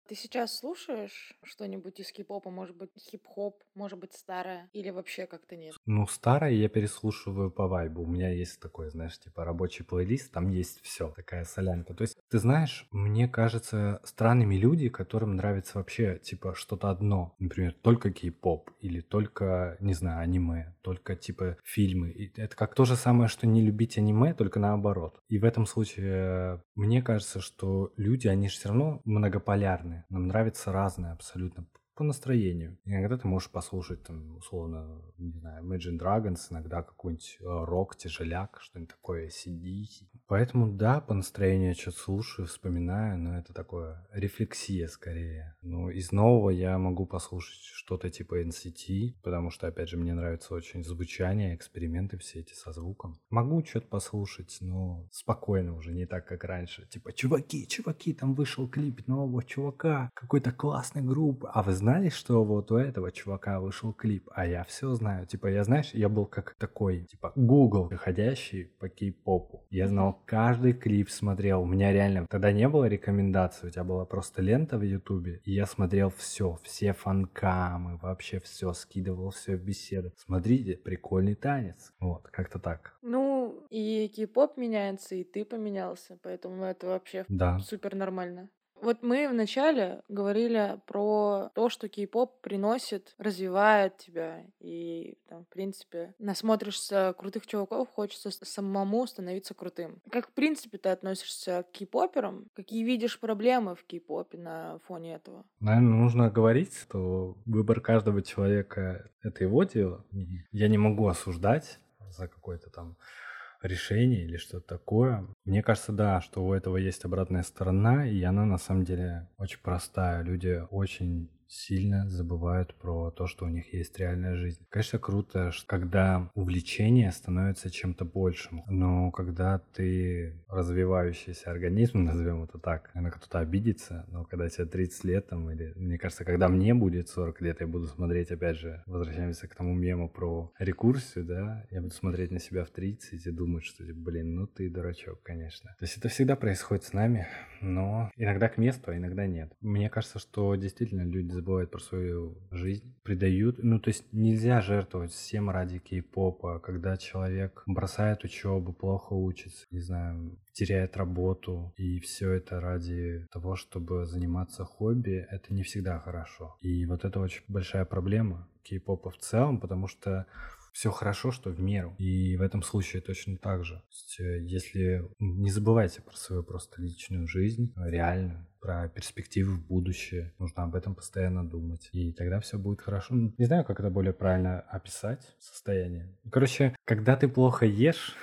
S2: Ты сейчас слушаешь что-нибудь из кей-попа? Может быть, хип-хоп, может быть, старое? Или вообще как-то нет?
S1: Ну, старое я переслушиваю по вайбу. У меня есть такой, знаешь, типа рабочий плейлист, там есть все, такая солянка. То есть, ты знаешь, мне кажется странными люди, которым нравится вообще, типа, что-то одно. Например, только кей-поп или только, не знаю, аниме, только, типа, фильмы. И это как то же самое, что не любить аниме, только наоборот. И в этом случае мне кажется, что люди, они же все равно многополярны. Нам нравится разное абсолютно по настроению. Иногда ты можешь послушать, там, условно, не знаю, Imagine Dragons, иногда какой-нибудь э, рок, тяжеляк, что-нибудь такое, си ди. Поэтому, да, по настроению я что-то слушаю, вспоминаю, но это такое рефлексия скорее. Но из нового я могу послушать что-то типа эн си ти, потому что, опять же, мне нравится очень звучание, эксперименты все эти со звуком. Могу что-то послушать, но спокойно уже, не так, как раньше. Типа, чуваки, чуваки, там вышел клип нового чувака, какой-то классной группы. А вы знали, что вот у этого чувака вышел клип? А я все знаю. Типа, я, знаешь, я был как такой, типа, Google, приходящий по кей-попу. Я знал каждый клип, смотрел. У меня реально тогда не было рекомендаций, у тебя была просто лента в Ютубе. И я смотрел все, все фанкамы, вообще все, скидывал все в беседы. Смотрите, прикольный танец. Вот, как-то так.
S2: Ну, и кей-поп меняется, и ты поменялся, поэтому это вообще
S1: Да.
S2: супер нормально. Вот мы вначале говорили про то, что кей-поп приносит, развивает тебя, и там, в принципе, насмотришься крутых чуваков, хочется с- самому становиться крутым. Как, в принципе, ты относишься к кей-поперам? Какие видишь проблемы в кей-попе на фоне этого?
S1: Наверное, нужно говорить, что выбор каждого человека — это его дело. Мгм. Я не могу осуждать за какое-то там решение или что-то такое. Мне кажется, да, что у этого есть обратная сторона, и она на самом деле очень простая. Люди очень сильно забывают про то, что у них есть реальная жизнь. Конечно, круто, ш- когда увлечение становится чем-то большим, но когда ты развивающийся организм, назовем это так, наверное, кто-то обидится, но когда тебе тридцать лет, там, или, мне кажется, когда мне будет сорок лет, я буду смотреть, опять же, возвращаемся к тому мему про рекурсию, да, я буду смотреть на себя в тридцать и думать, что, типа, блин, ну ты дурачок, конечно. То есть это всегда происходит с нами, но иногда к месту, а иногда нет. Мне кажется, что действительно люди забывают про свою жизнь, предают. Ну, то есть нельзя жертвовать всем ради кей-попа, когда человек бросает учебу, плохо учится, не знаю, теряет работу, и все это ради того, чтобы заниматься хобби, это не всегда хорошо. И вот это очень большая проблема кей-попа в целом, потому что все хорошо, что в меру. И в этом случае точно так же. То есть, э, если не забывайте про свою просто личную жизнь, э, реальную, про перспективы в будущее. Нужно об этом постоянно думать. И тогда все будет хорошо. Ну, не знаю, как это более правильно описать состояние. Короче, когда ты плохо ешь,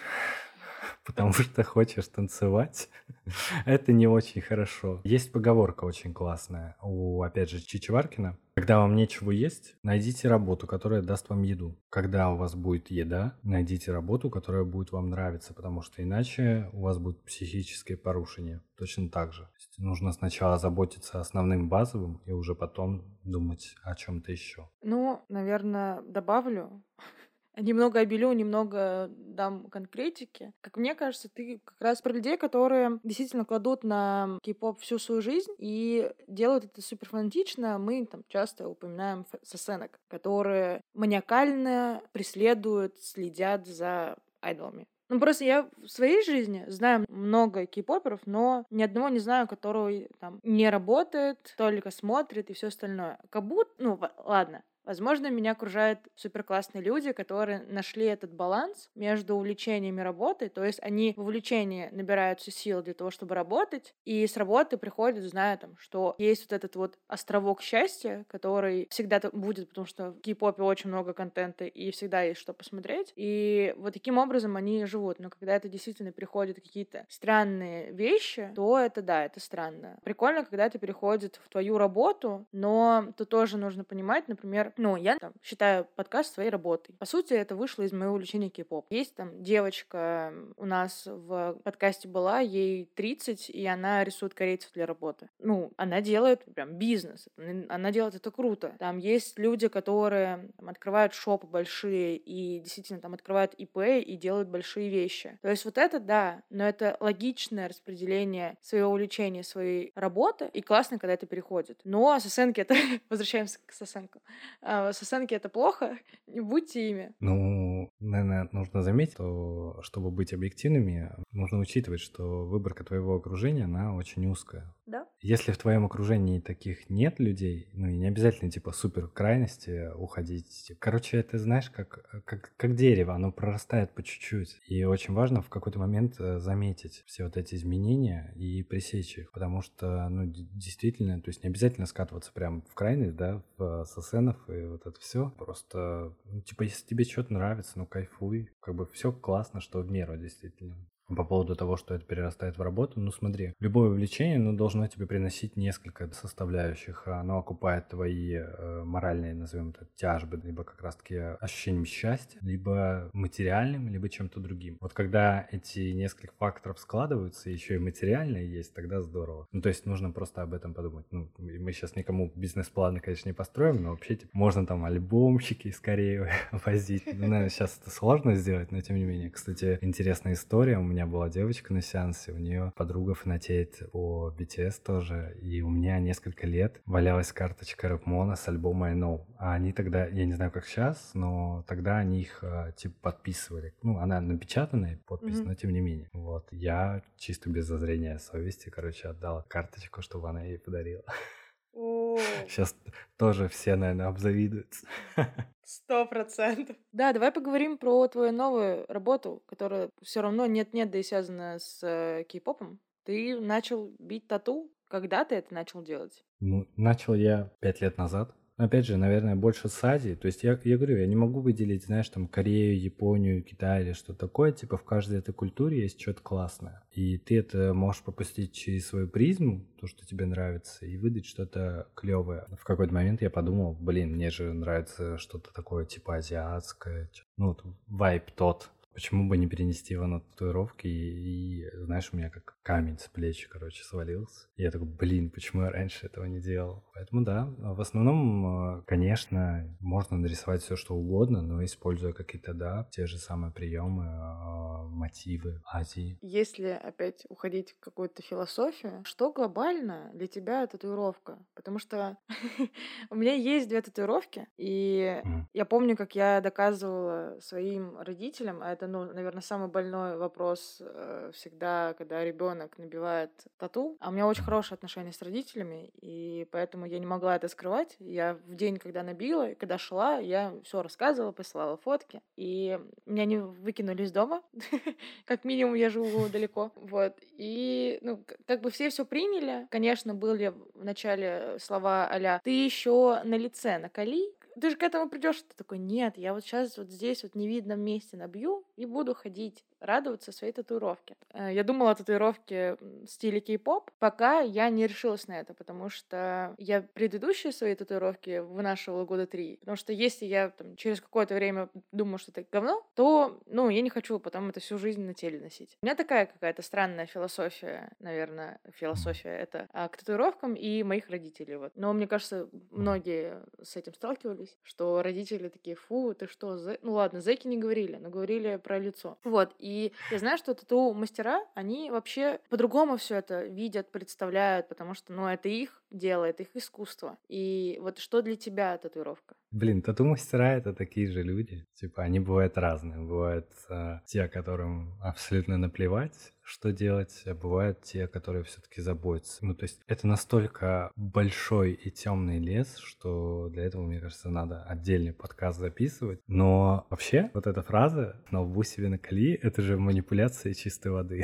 S1: потому что хочешь танцевать, это не очень хорошо. Есть поговорка очень классная у, опять же, Чичваркина. Когда вам нечего есть, найдите работу, которая даст вам еду. Когда у вас будет еда, найдите работу, которая будет вам нравиться, потому что иначе у вас будет психическое порушение. Точно так же. То есть нужно сначала заботиться основным базовым и уже потом думать о чем-то еще.
S2: Ну, наверное, добавлю. Немного обелю, немного дам конкретики. Как мне кажется, ты как раз про людей, которые действительно кладут на кей-поп всю свою жизнь и делают это супер фанатично. Мы там часто упоминаем ф- сосенок, которые маниакально преследуют, следят за айдолами. Ну, просто я в своей жизни знаю много кей-поперов, но ни одного не знаю, который там не работает, только смотрит и все остальное. Как будто, ну, в- ладно, возможно, меня окружают супер классные люди, которые нашли этот баланс между увлечением и работой. То есть они в увлечении набираются сил для того, чтобы работать, и с работы приходят, зная там, что есть вот этот вот островок счастья, который всегда так будет, потому что в кей-попе очень много контента и всегда есть что посмотреть. И вот таким образом они живут. Но когда это действительно приходят какие-то странные вещи, то это да, это странно. Прикольно, когда это переходит в твою работу, но тут тоже нужно понимать, например, Ну, я там считаю подкаст своей работой. По сути, это вышло из моего увлечения кей-поп. Есть там девочка у нас в подкасте была, ей тридцать, и она рисует корейцев для работы. Ну, она делает прям бизнес, она делает это круто. Там есть люди, которые там, открывают шопы большие и действительно там открывают ИП и делают большие вещи. То есть вот это да, но это логичное распределение своего увлечения, своей работы, и классно, когда это переходит. Но сосенки это... Возвращаемся к сосенкам. А, сосенки это плохо, не будьте ими.
S1: Ну, наверное, нужно заметить, что, чтобы быть объективными, нужно учитывать, что выборка твоего окружения, она очень узкая.
S2: Да.
S1: Если в твоем окружении таких нет людей, ну и не обязательно типа супер крайности уходить. Короче, это знаешь, как, как, как дерево, оно прорастает по чуть-чуть. И очень важно в какой-то момент э, заметить все вот эти изменения и пресечь их. Потому что, ну, д- действительно, то есть не обязательно скатываться прям в крайность, да, в сосенов и вот это все. Просто, ну, типа, если тебе что-то нравится, ну кайфуй. Как бы все классно, что в меру, действительно. По поводу того, что это перерастает в работу, ну смотри, любое увлечение, ну, должно тебе приносить несколько составляющих. Оно окупает твои э, моральные, назовем это, тяжбы, либо как раз-таки ощущением счастья, либо материальным, либо чем-то другим. Вот когда эти несколько факторов складываются, еще и материальное есть, тогда здорово. Ну, то есть нужно просто об этом подумать. Ну, мы сейчас никому бизнес-планы, конечно, не построим, но вообще, типа, можно там альбомчики скорее возить. Ну, наверное, сейчас это сложно сделать, но тем не менее. Кстати, интересная история. У меня У меня была девочка на сеансе, у нее подруга фанатеет по би ти эс тоже, и у меня несколько лет валялась карточка Рэпмона с альбома I Know. А они тогда, я не знаю, как сейчас, но тогда они их э, типа подписывали. Ну, она напечатанная подпись,
S2: Мгм.
S1: но тем не менее. Вот, я чисто без зазрения совести, короче, отдал карточку, чтобы она ей подарила.
S2: О,
S1: Сейчас тоже все, наверное, обзавидуются.
S2: сто процентов. Да, давай поговорим про твою новую работу, которая все равно нет-нет, да и связана с э, кей-попом. Ты начал бить тату. Когда ты это начал делать?
S1: Ну, начал я пять лет назад. Но опять же, наверное, больше с Азии. То есть я, я говорю, я не могу выделить, знаешь, там Корею, Японию, Китай или что такое. Типа в каждой этой культуре есть что-то классное. И ты это можешь пропустить через свою призму, то, что тебе нравится, и выдать что-то клевое. В какой-то момент я подумал, блин, мне же нравится что-то такое типа азиатское. чё- Ну, вот вайб тот. Почему бы не перенести его на татуировки и, и, знаешь, у меня как камень с плеч, короче, свалился. И я такой, блин, почему я раньше этого не делал? Поэтому да, в основном, э, конечно, можно нарисовать все, что угодно, но используя какие-то, да, те же самые приемы, э, мотивы Азии.
S2: Если опять уходить в какую-то философию, что глобально для тебя татуировка? Потому что у меня есть две татуировки, и
S1: Мгм.
S2: я помню, как я доказывала своим родителям, а это, ну, наверное, самый больной вопрос э, всегда, когда ребенок набивает тату. А у меня очень
S1: Мгм.
S2: хорошие отношения с родителями, и поэтому я не могла это скрывать. Я в день, когда набила, и когда шла, я все рассказывала, присылала фотки, и меня не выкинули из дома. Как минимум, я живу далеко. Вот. И, ну, к- как бы все все приняли. Конечно, были в начале слова а-ля «ты еще на лице накали». Ты же к этому придешь, ты такой, нет, я вот сейчас вот здесь вот в невидном месте набью и буду ходить, радоваться своей татуировке. Э, Я думала о татуировке м, в стиле кей-поп, пока я не решилась на это, потому что я предыдущие свои татуировки вынашивала года три. Потому что если я там, через какое-то время думаю, что это говно, то, ну, я не хочу потом это всю жизнь на теле носить. У меня такая какая-то странная философия, наверное, философия это а, к татуировкам и моих родителей. Вот. Но мне кажется, многие с этим сталкивались, что родители такие, фу, ты что, зэ-?» ну ладно, зэки не говорили, но говорили про лицо. Вот, и я знаю, что тату-мастера, они вообще по-другому все это видят, представляют, потому что, ну, это их дело, это их искусство. И вот что для тебя татуировка?
S1: Блин, тату-мастера — это такие же люди. Типа, они бывают разные. Бывают а, те, которым абсолютно наплевать, что делать, а бывают те, которые все-таки заботятся. Ну, то есть это настолько большой и темный лес, что для этого, мне кажется, надо отдельный подкаст записывать. Но вообще, вот эта фраза «на лбу себе накали» — это же манипуляция чистой воды.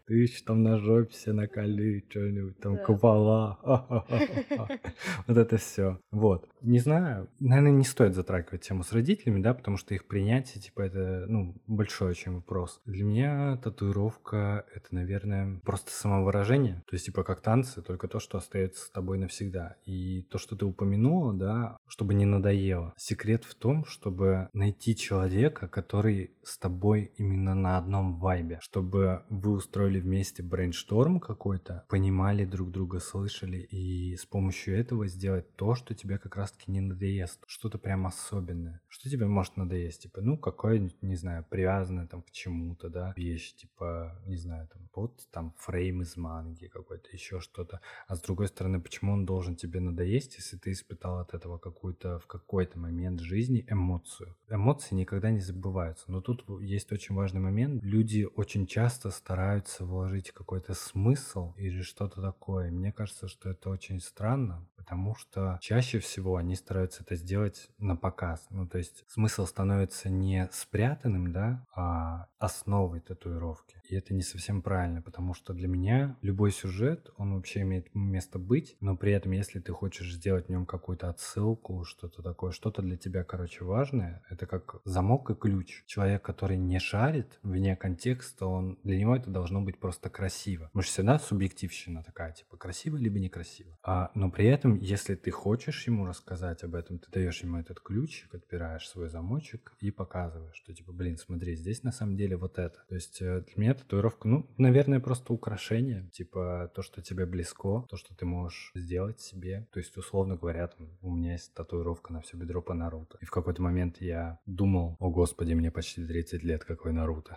S1: Ты еще там на жопе себе накали что-нибудь, там
S2: Да.
S1: купола. ха-ха-ха-ха. Вот это все. Вот. Не знаю, наверное, не стоит затрагивать тему с родителями, да, потому что их принятие, типа, это, ну, большой очень вопрос. Для меня татуировка — это, наверное, просто самовыражение. То есть, типа, как танцы, только то, что остается с тобой навсегда. И то, что ты упомянула, да, чтобы не надоело. Секрет в том, чтобы найти человека, который с тобой именно на одном вайбе, чтобы вы устроили вместе брейншторм какой-то, понимали друг друга, слышали, и с помощью этого сделать то, что тебе как раз-таки не надоест, что-то прям особенное. Что тебе может надоесть? Типа, ну, какое-нибудь, не знаю, привязанное там к чему-то, да, вещь, типа, не знаю, там, вот там фрейм из манги какой-то, еще что-то. А с другой стороны, почему он должен тебе надоесть, если ты испытал от этого какую-то в какой-то момент жизни эмоцию? Эмоции никогда не забываются. Но тут есть очень важный момент. Люди очень часто стараются вложить какой-то смысл или что-то такое. Мне кажется, что это очень странно, потому что чаще всего они стараются это сделать на показ. Ну, то есть смысл становится не спрятанным, да, а основой татуировки. И это не совсем правильно, потому что для меня любой сюжет, он вообще имеет место быть, но при этом, если ты хочешь сделать в нем какую-то отсылку, что-то такое, что-то для тебя, короче, важное, это как замок и ключ. Человек, который не шарит вне контекста, он, для него это должно быть просто красиво. Потому что всегда субъективщина такая, типа, красиво либо некрасиво. А, но при этом, если ты хочешь ему рассказать об этом, ты даешь ему этот ключик, отпираешь свой замочек и показываешь, что, типа, блин, смотри, здесь на самом деле вот это. То есть э, для меня татуировка, ну, наверное, просто украшение, типа, то, что тебе близко, то, что ты можешь сделать себе. То есть, условно говоря, там, у меня есть татуировка на все бедро по Наруто. И в какой-то момент я думал, о господи, мне почти тридцать лет, какой Наруто.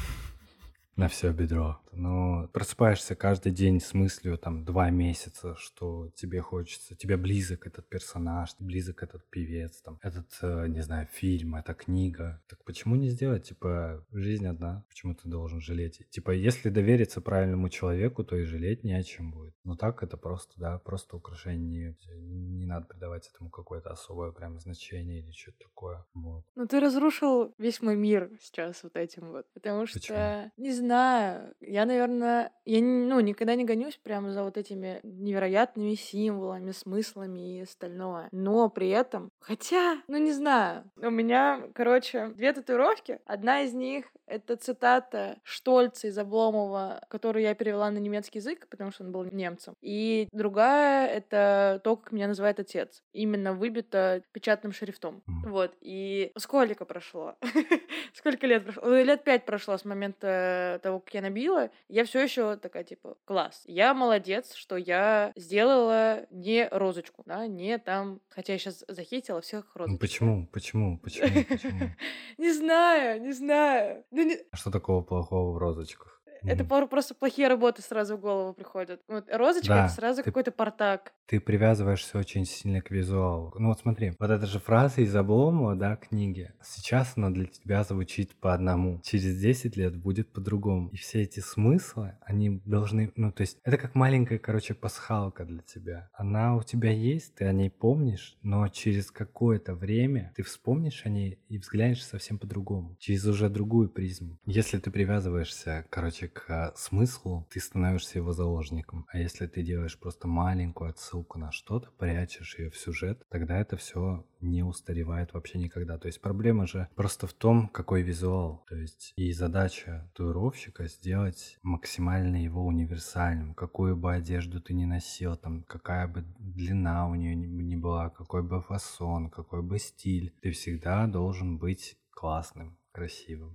S1: На все бедро. Но просыпаешься каждый день с мыслью, там, два месяца, что тебе хочется, тебе близок этот персонаж, близок этот певец, там, этот, э, не знаю, фильм, эта книга. Так почему не сделать? Типа, жизнь одна, почему ты должен жалеть? Типа, если довериться правильному человеку, то и жалеть не о чем будет. Но так это просто, да, просто украшение. Не, не надо придавать этому какое-то особое прям значение или что-то такое. Вот.
S2: Ну, ты разрушил весь мой мир сейчас вот этим вот. Потому
S1: Почему?
S2: что, не знаю, я, наверное, я, не- ну, никогда не гонюсь прямо за вот этими невероятными символами, смыслами и остальное. Но при этом, хотя, ну, не знаю, у меня, короче, две татуировки. Одна из них — это цитата Штольца из Обломова, которую я перевела на немецкий язык, потому что он был немцем. И другая — это то, как меня называет отец. Именно выбито печатным шрифтом.
S1: М.
S2: Вот. И сколько прошло? Сколько лет прошло? Ой, Лет пять прошло с момента того, как я набила. Я все еще такая, типа, класс. Я молодец, что я сделала не розочку, да, не там, хотя я сейчас захейтила всех
S1: Ну
S2: розочек, да.
S1: почему? Почему? Почему? Почему?
S2: Не знаю, не знаю. Ну, не-
S1: А что такого плохого в розочках?
S2: Это
S1: Мгм.
S2: пару просто плохие работы сразу в голову приходят. Вот розочка — это
S1: Да,
S2: сразу
S1: ты
S2: какой-то портак.
S1: ты привязываешься очень сильно к визуалу. Ну вот смотри, вот эта же фраза из Обломова, да, книги. Сейчас она для тебя звучит по одному. Через десять лет будет по-другому. И все эти смыслы, они должны, ну то есть это как маленькая, короче, пасхалка для тебя. Она у тебя есть, ты о ней помнишь, но через какое-то время ты вспомнишь о ней и взглянешь совсем по-другому. Через уже другую призму. Если ты привязываешься, короче, к а, смыслу, ты становишься его заложником. А если ты делаешь просто маленькую отсылку на что-то, прячешь ее в сюжет, тогда это все не устаревает вообще никогда. То есть проблема же просто в том, какой визуал. То есть и задача татуировщика сделать максимально его универсальным. Какую бы одежду ты ни носил, там, какая бы длина у нее ни, ни была, какой бы фасон, какой бы стиль, ты всегда должен быть классным, красивым.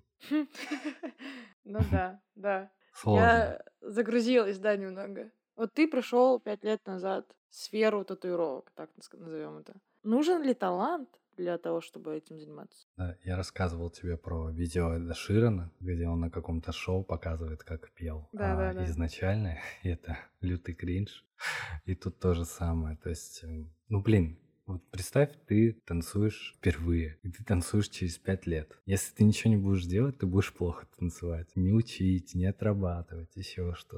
S2: Ну да, да.
S1: Сложно.
S2: Я загрузилась, да, немного. Вот ты прошел пять лет назад сферу татуировок, так назовем это. Нужен ли талант для того, чтобы этим заниматься?
S1: Да, я рассказывал тебе про видео Эда Ширана, где он на каком-то шоу показывает, как пел
S2: Да, да,
S1: а,
S2: да.
S1: изначально, и это лютый кринж. И тут то же самое. То есть, эм, ну блин, вот представь, ты танцуешь впервые, и ты танцуешь через пять лет. Если ты ничего не будешь делать, ты будешь плохо танцевать. Не учить, не отрабатывать, еще что-то.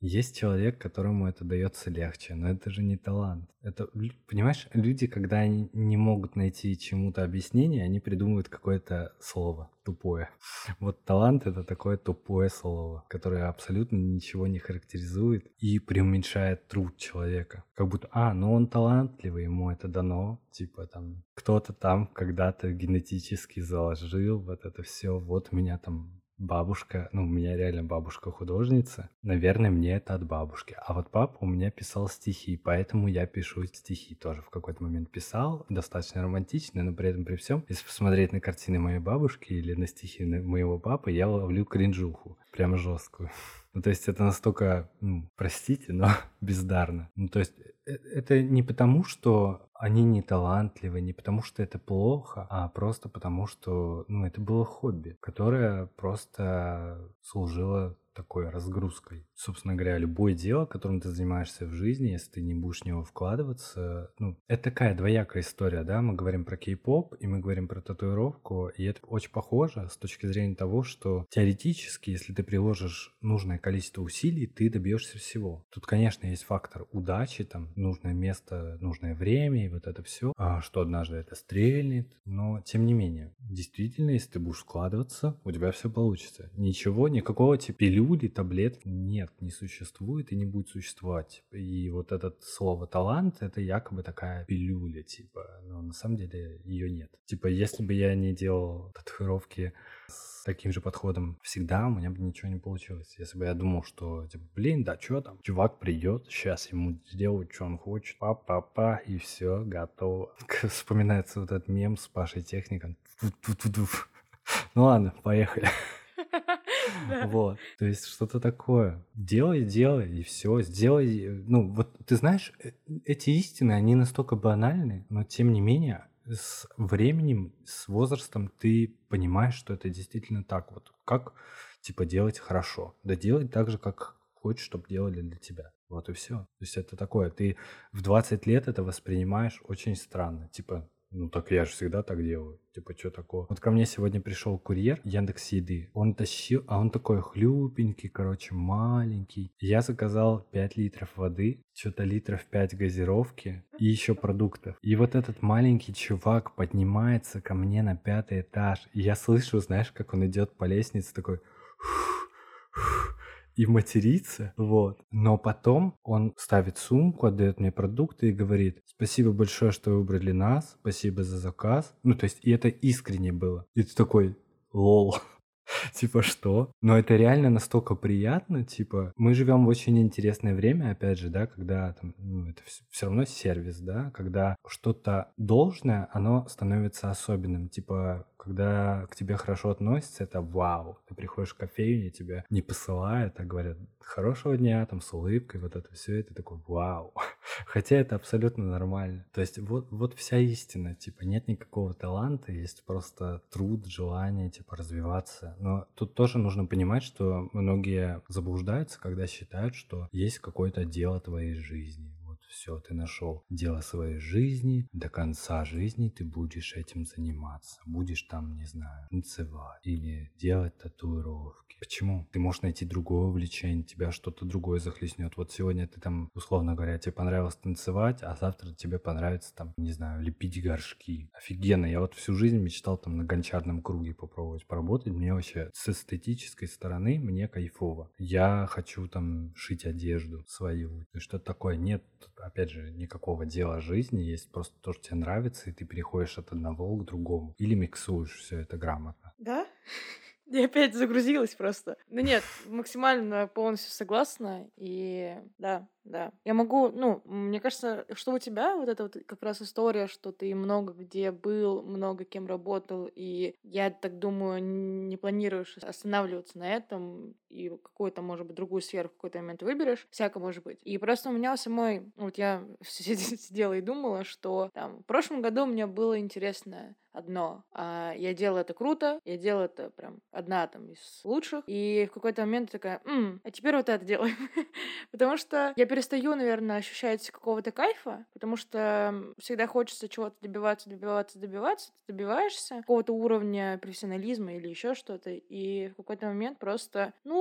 S1: Есть человек, которому это дается легче, но это же не талант. Это, лю- понимаешь, люди, когда они не могут найти чему-то объяснение, они придумывают какое-то слово тупое. Вот талант — это такое тупое слово, которое абсолютно ничего не характеризует и преуменьшает труд человека. Как будто, а, ну он талантливый, ему это дано, типа там кто-то там когда-то генетически заложил вот это все. Вот у меня там бабушка, ну, у меня реально бабушка художница. Наверное, мне это от бабушки. А вот папа у меня писал стихи, поэтому я пишу стихи тоже в какой-то момент писал, достаточно романтичные, но при этом при всем, если посмотреть на картины моей бабушки или на стихи на- моего папы, я ловлю кринжуху, прямо жесткую. Ну, то есть это настолько, ну, простите, но бездарно. Ну, то есть э- это не потому, что они не талантливы, не потому, что это плохо, а просто потому, что, ну, это было хобби, которое просто служило такой разгрузкой. Собственно говоря, любое дело, которым ты занимаешься в жизни, если ты не будешь в него вкладываться, ну, это такая двоякая история, да, мы говорим про кей-поп, и мы говорим про татуировку, и это очень похоже с точки зрения того, что теоретически, если ты приложишь нужное количество усилий, ты добьешься всего. Тут, конечно, есть фактор удачи, там, нужное место, нужное время, и вот это все, а, что однажды это стрельнет, но, тем не менее, действительно, если ты будешь вкладываться, у тебя все получится. Ничего, никакого типа пилюли, таблетки нет, не существует и не будет существовать. И вот это слово талант — это якобы такая пилюля, типа, но на самом деле ее нет. Типа, если бы я не делал татуировки с таким же подходом всегда, у меня бы ничего не получилось. Если бы я думал, что, типа, блин, да что там, чувак придет, сейчас ему сделают, что он хочет, па-па-па, и все, готово. Вспоминается вот этот мем с Пашей Техником. Ту-ту-ту-ту. Ну ладно, поехали.
S2: Да.
S1: Вот, то есть что-то такое. Делай, делай, и все. Сделай. э, Ну, вот ты знаешь, э, эти истины, они настолько банальны, но тем не менее, с временем, с возрастом ты понимаешь, что это действительно так вот. Как, типа, делать хорошо. Да делать так же, как хочешь, чтобы делали для тебя. Вот и все. То есть это такое. Ты в двадцать лет это воспринимаешь очень странно. Типа, ну так я же всегда так делаю. Типа, что такого? Вот ко мне сегодня пришел курьер Яндекс Еды. Он тащил, а он такой хлюпенький, короче, маленький. Я заказал пять литров воды, что-то литров пять газировки и еще продуктов. И вот этот маленький чувак поднимается ко мне на пятый этаж. И я слышу, знаешь, как он идет по лестнице такой... и материться, вот. Но потом он ставит сумку, отдает мне продукты и говорит: спасибо большое, что вы выбрали нас, спасибо за заказ. Ну, то есть, и это искренне было. И ты такой, лол. Типа что? Но это реально настолько приятно, типа мы живем в очень интересное время, опять же, да, когда там, ну, это все равно сервис, да, когда что-то должное, оно становится особенным, типа когда к тебе хорошо относятся, это вау. Ты приходишь в кофейню, тебя не посылают, а говорят хорошего дня, там с улыбкой, вот это все, и ты такой вау. Хотя это абсолютно нормально. То есть вот, вот вся истина, типа нет никакого таланта, есть просто труд, желание, типа развиваться. Но тут тоже нужно понимать, что многие заблуждаются, когда считают, что есть какое-то дело твоей жизни. Вот все, ты нашел дело своей жизни, до конца жизни ты будешь этим заниматься. Будешь там, не знаю, танцевать или делать татуировки. Почему? Ты можешь найти другое увлечение, тебя что-то другое захлестнет. Вот сегодня ты там, условно говоря, тебе понравилось танцевать, а завтра тебе понравится там, не знаю, лепить горшки. Офигенно. Я вот всю жизнь мечтал там на гончарном круге попробовать поработать. Мне вообще с эстетической стороны мне кайфово. Я хочу там шить одежду свою. И что-то такое. Нет, опять же, никакого дела жизни. Есть просто то, что тебе нравится, и ты переходишь от одного к другому. Или миксуешь все это грамотно.
S2: Да? Я опять загрузилась просто. Ну нет, максимально полностью согласна. И да, да. Я могу, ну, мне кажется, что у тебя вот эта вот как раз история, что ты много где был, много кем работал, и я так думаю, не планируешь останавливаться на этом, и какую-то, может быть, другую сферу в какой-то момент выберешь. Всяко может быть. И просто у меня самой, вот я сидела и думала, что там в прошлом году мне было интересно одно. А я делала это круто, я делала это прям одна там из лучших. И в какой-то момент такая, «М, а теперь вот это делаем». Потому что я перестаю, наверное, ощущать какого-то кайфа, потому что всегда хочется чего-то добиваться, добиваться, добиваться. Ты добиваешься какого-то уровня профессионализма или еще что-то. И в какой-то момент просто, ну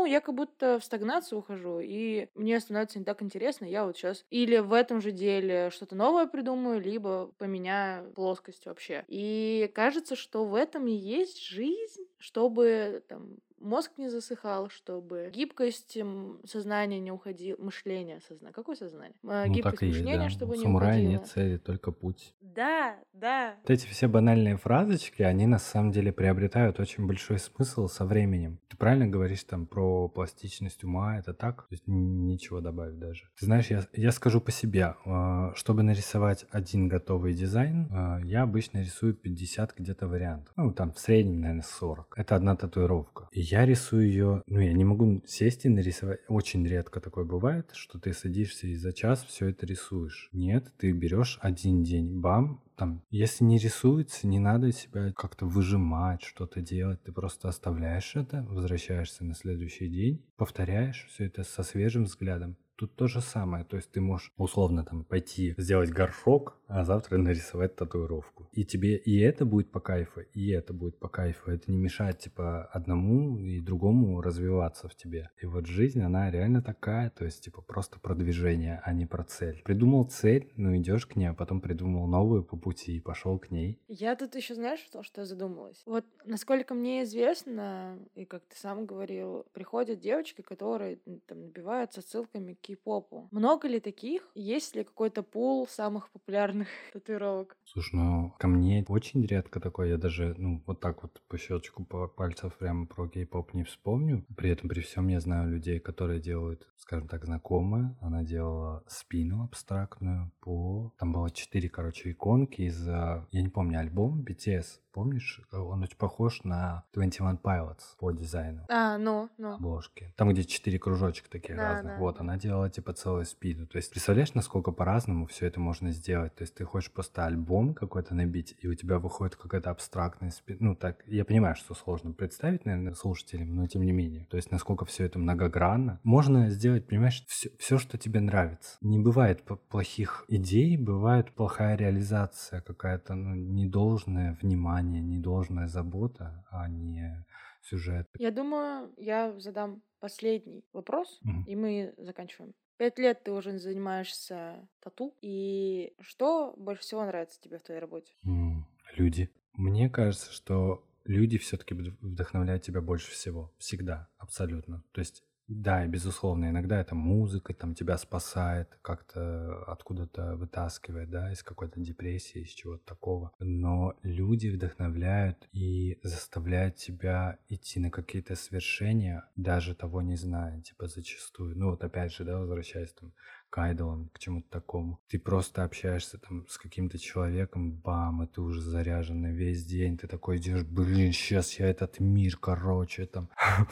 S2: ну, я как будто в стагнацию ухожу, и мне становится не так интересно. Я вот сейчас или в этом же деле что-то новое придумаю, либо поменяю плоскость вообще. И кажется, что в этом и есть жизнь, чтобы там мозг не засыхал, чтобы гибкость м, сознания не уходила, мышление сознания. Какое сознание? Э,
S1: Ну, так
S2: Гибкость
S1: и есть,
S2: мышления,
S1: да. У
S2: чтобы не
S1: самурая нет
S2: уходила.
S1: цели, только путь.
S2: Да, да.
S1: Вот эти все банальные фразочки, они на самом деле приобретают очень большой смысл со временем. Ты правильно говоришь там про пластичность ума, это так? То есть н- ничего добавить даже. Ты знаешь, я, я скажу по себе. а, Чтобы нарисовать один готовый дизайн, а, я обычно рисую пятьдесят где-то вариантов. Ну, там в среднем, наверное, сорок. Это одна татуировка. И я рисую ее, ну, я не могу сесть и нарисовать. Очень редко такое бывает, что ты садишься и за час все это рисуешь. Нет, ты берешь один день, бам, там, если не рисуется, не надо себя как-то выжимать, что-то делать. Ты просто оставляешь это, возвращаешься на следующий день, повторяешь все это со свежим взглядом. Тут то же самое. То есть ты можешь условно там пойти сделать горшок, а завтра нарисовать татуировку. И тебе и это будет по кайфу, и это будет по кайфу. Это не мешает типа одному и другому развиваться в тебе. И вот жизнь, она реально такая. То есть типа просто про движение, а не про цель. Придумал цель, ну идешь к ней, а потом придумал новую по пути и пошел к ней.
S2: Я тут еще, знаешь, что, что я задумалась? Вот насколько мне известно, и как ты сам говорил, приходят девочки, которые м, там набиваются ссылками к кей-попу. Много ли таких? Есть ли какой-то пул самых популярных татуировок?
S1: Слушай, ну ко мне очень редко такое. Я даже, ну, вот так вот по щелчку по пальцев прямо про кей-поп не вспомню. При этом, при всем, я знаю людей, которые делают, скажем так, знакомая. Она делала спину абстрактную по... Там было четыре, короче, иконки из, а, я не помню, альбом би ти эс. Помнишь? Он очень похож на Twenty One Pilots по дизайну
S2: А, ну, ну.
S1: обложки. Там, где четыре кружочка таких
S2: Да,
S1: разных.
S2: да,
S1: Вот,
S2: да.
S1: она делала типа целую спину. То есть, представляешь, насколько по-разному все это можно сделать? То есть, ты хочешь просто альбом какой-то набить, и у тебя выходит какая-то абстрактная спина. Ну, так, я понимаю, что сложно представить, наверное, слушателям, но тем не менее. То есть, насколько все это многогранно. Можно сделать, понимаешь, все, все, что тебе нравится. Не бывает п- плохих идей, бывает плохая реализация, какая-то, ну, недолжное внимание, недолжная забота, а не сюжет.
S2: Я думаю, я задам последний вопрос,
S1: Мгм.
S2: и мы заканчиваем. Пять лет ты уже занимаешься тату, и что больше всего нравится тебе в твоей работе?
S1: М, Люди. Мне кажется, что люди все-таки вдохновляют тебя больше всего. Всегда, абсолютно. То есть, да, и безусловно, иногда это музыка, там тебя спасает, как-то откуда-то вытаскивает, да, из какой-то депрессии, из чего-то такого. Но люди вдохновляют и заставляют тебя идти на какие-то свершения, даже того не зная, типа зачастую. Ну вот опять же, да, возвращаясь там к айдолам, к чему-то такому. Ты просто общаешься там с каким-то человеком, бам, и ты уже заряжен на весь день. Ты такой идешь, блин, сейчас я этот мир, короче, там,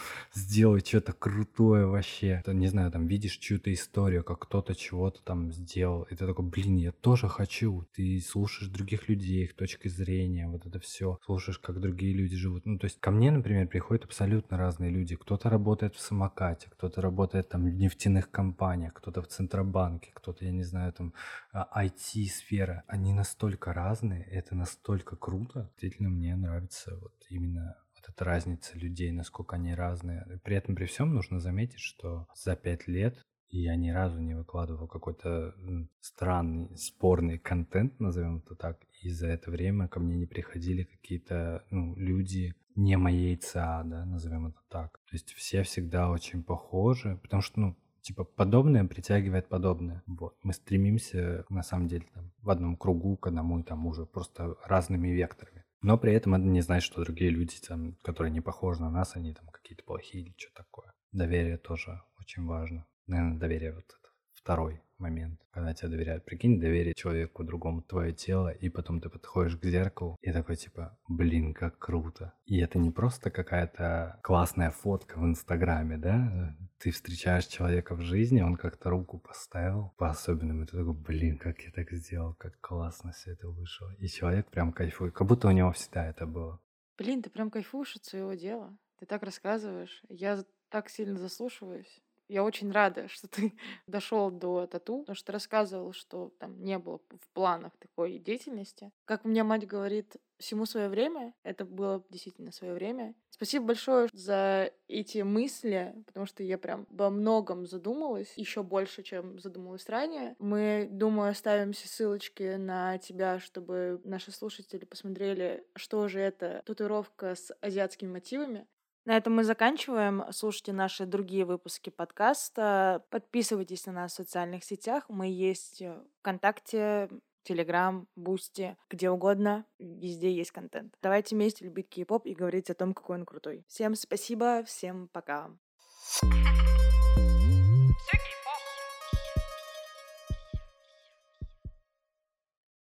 S1: сделаю что-то крутое вообще. Ты, не знаю, там, видишь чью-то историю, как кто-то чего-то там сделал. И ты такой, блин, я тоже хочу. Ты слушаешь других людей, их точки зрения, вот это все. Слушаешь, как другие люди живут. Ну, то есть ко мне, например, приходят абсолютно разные люди. Кто-то работает в самокате, кто-то работает там в нефтяных компаниях, кто-то в Центробанке, кто-то, я не знаю, там а, ай ти-сфера. Они настолько разные, это настолько круто. Действительно, мне нравится вот именно вот эта разница людей, насколько они разные. При этом, при всем, нужно заметить, что за пять лет я ни разу не выкладывал какой-то м, странный, спорный контент, назовем это так. И за это время ко мне не приходили какие-то ну, люди не моей ЦА, да, назовем это так. То есть все всегда очень похожи, потому что, ну, типа, подобное притягивает подобное. Вот. Мы стремимся, на самом деле, там, в одном кругу к одному и тому же, просто разными векторами. Но при этом это не значит, что другие люди, там, которые не похожи на нас, они там какие-то плохие или что такое. Доверие тоже очень важно. Наверное, доверие вот это второй момент, когда тебе доверяют. Прикинь, доверие человеку другому, твое тело, и потом ты подходишь к зеркалу и такой типа, блин, как круто. И это не просто какая-то классная фотка в Инстаграме, да? Ты встречаешь человека в жизни, он как-то руку поставил по-особенному, и ты такой, блин, как я так сделал, как классно все это вышло. И человек прям кайфует, как будто у него всегда это было.
S2: Блин, ты прям кайфуешь от своего дела. Ты так рассказываешь. Я з- так сильно заслушиваюсь. Я очень рада, что ты дошел до тату, потому что ты рассказывал, что там не было в планах такой деятельности. Как у меня мать говорит, Всему свое время. Это было действительно свое время. Спасибо большое за эти мысли, потому что я прям во многом задумалась, еще больше, чем задумалась ранее. Мы, думаю, оставим все ссылочки на тебя, чтобы наши слушатели посмотрели, что же это татуировка с азиатскими мотивами. На этом мы заканчиваем. Слушайте наши другие выпуски подкаста. Подписывайтесь на нас в социальных сетях. Мы есть в ВКонтакте, Телеграм, Бусти, где угодно. Везде есть контент. Давайте вместе любить кей-поп и говорить о том, какой он крутой. Всем спасибо, всем пока.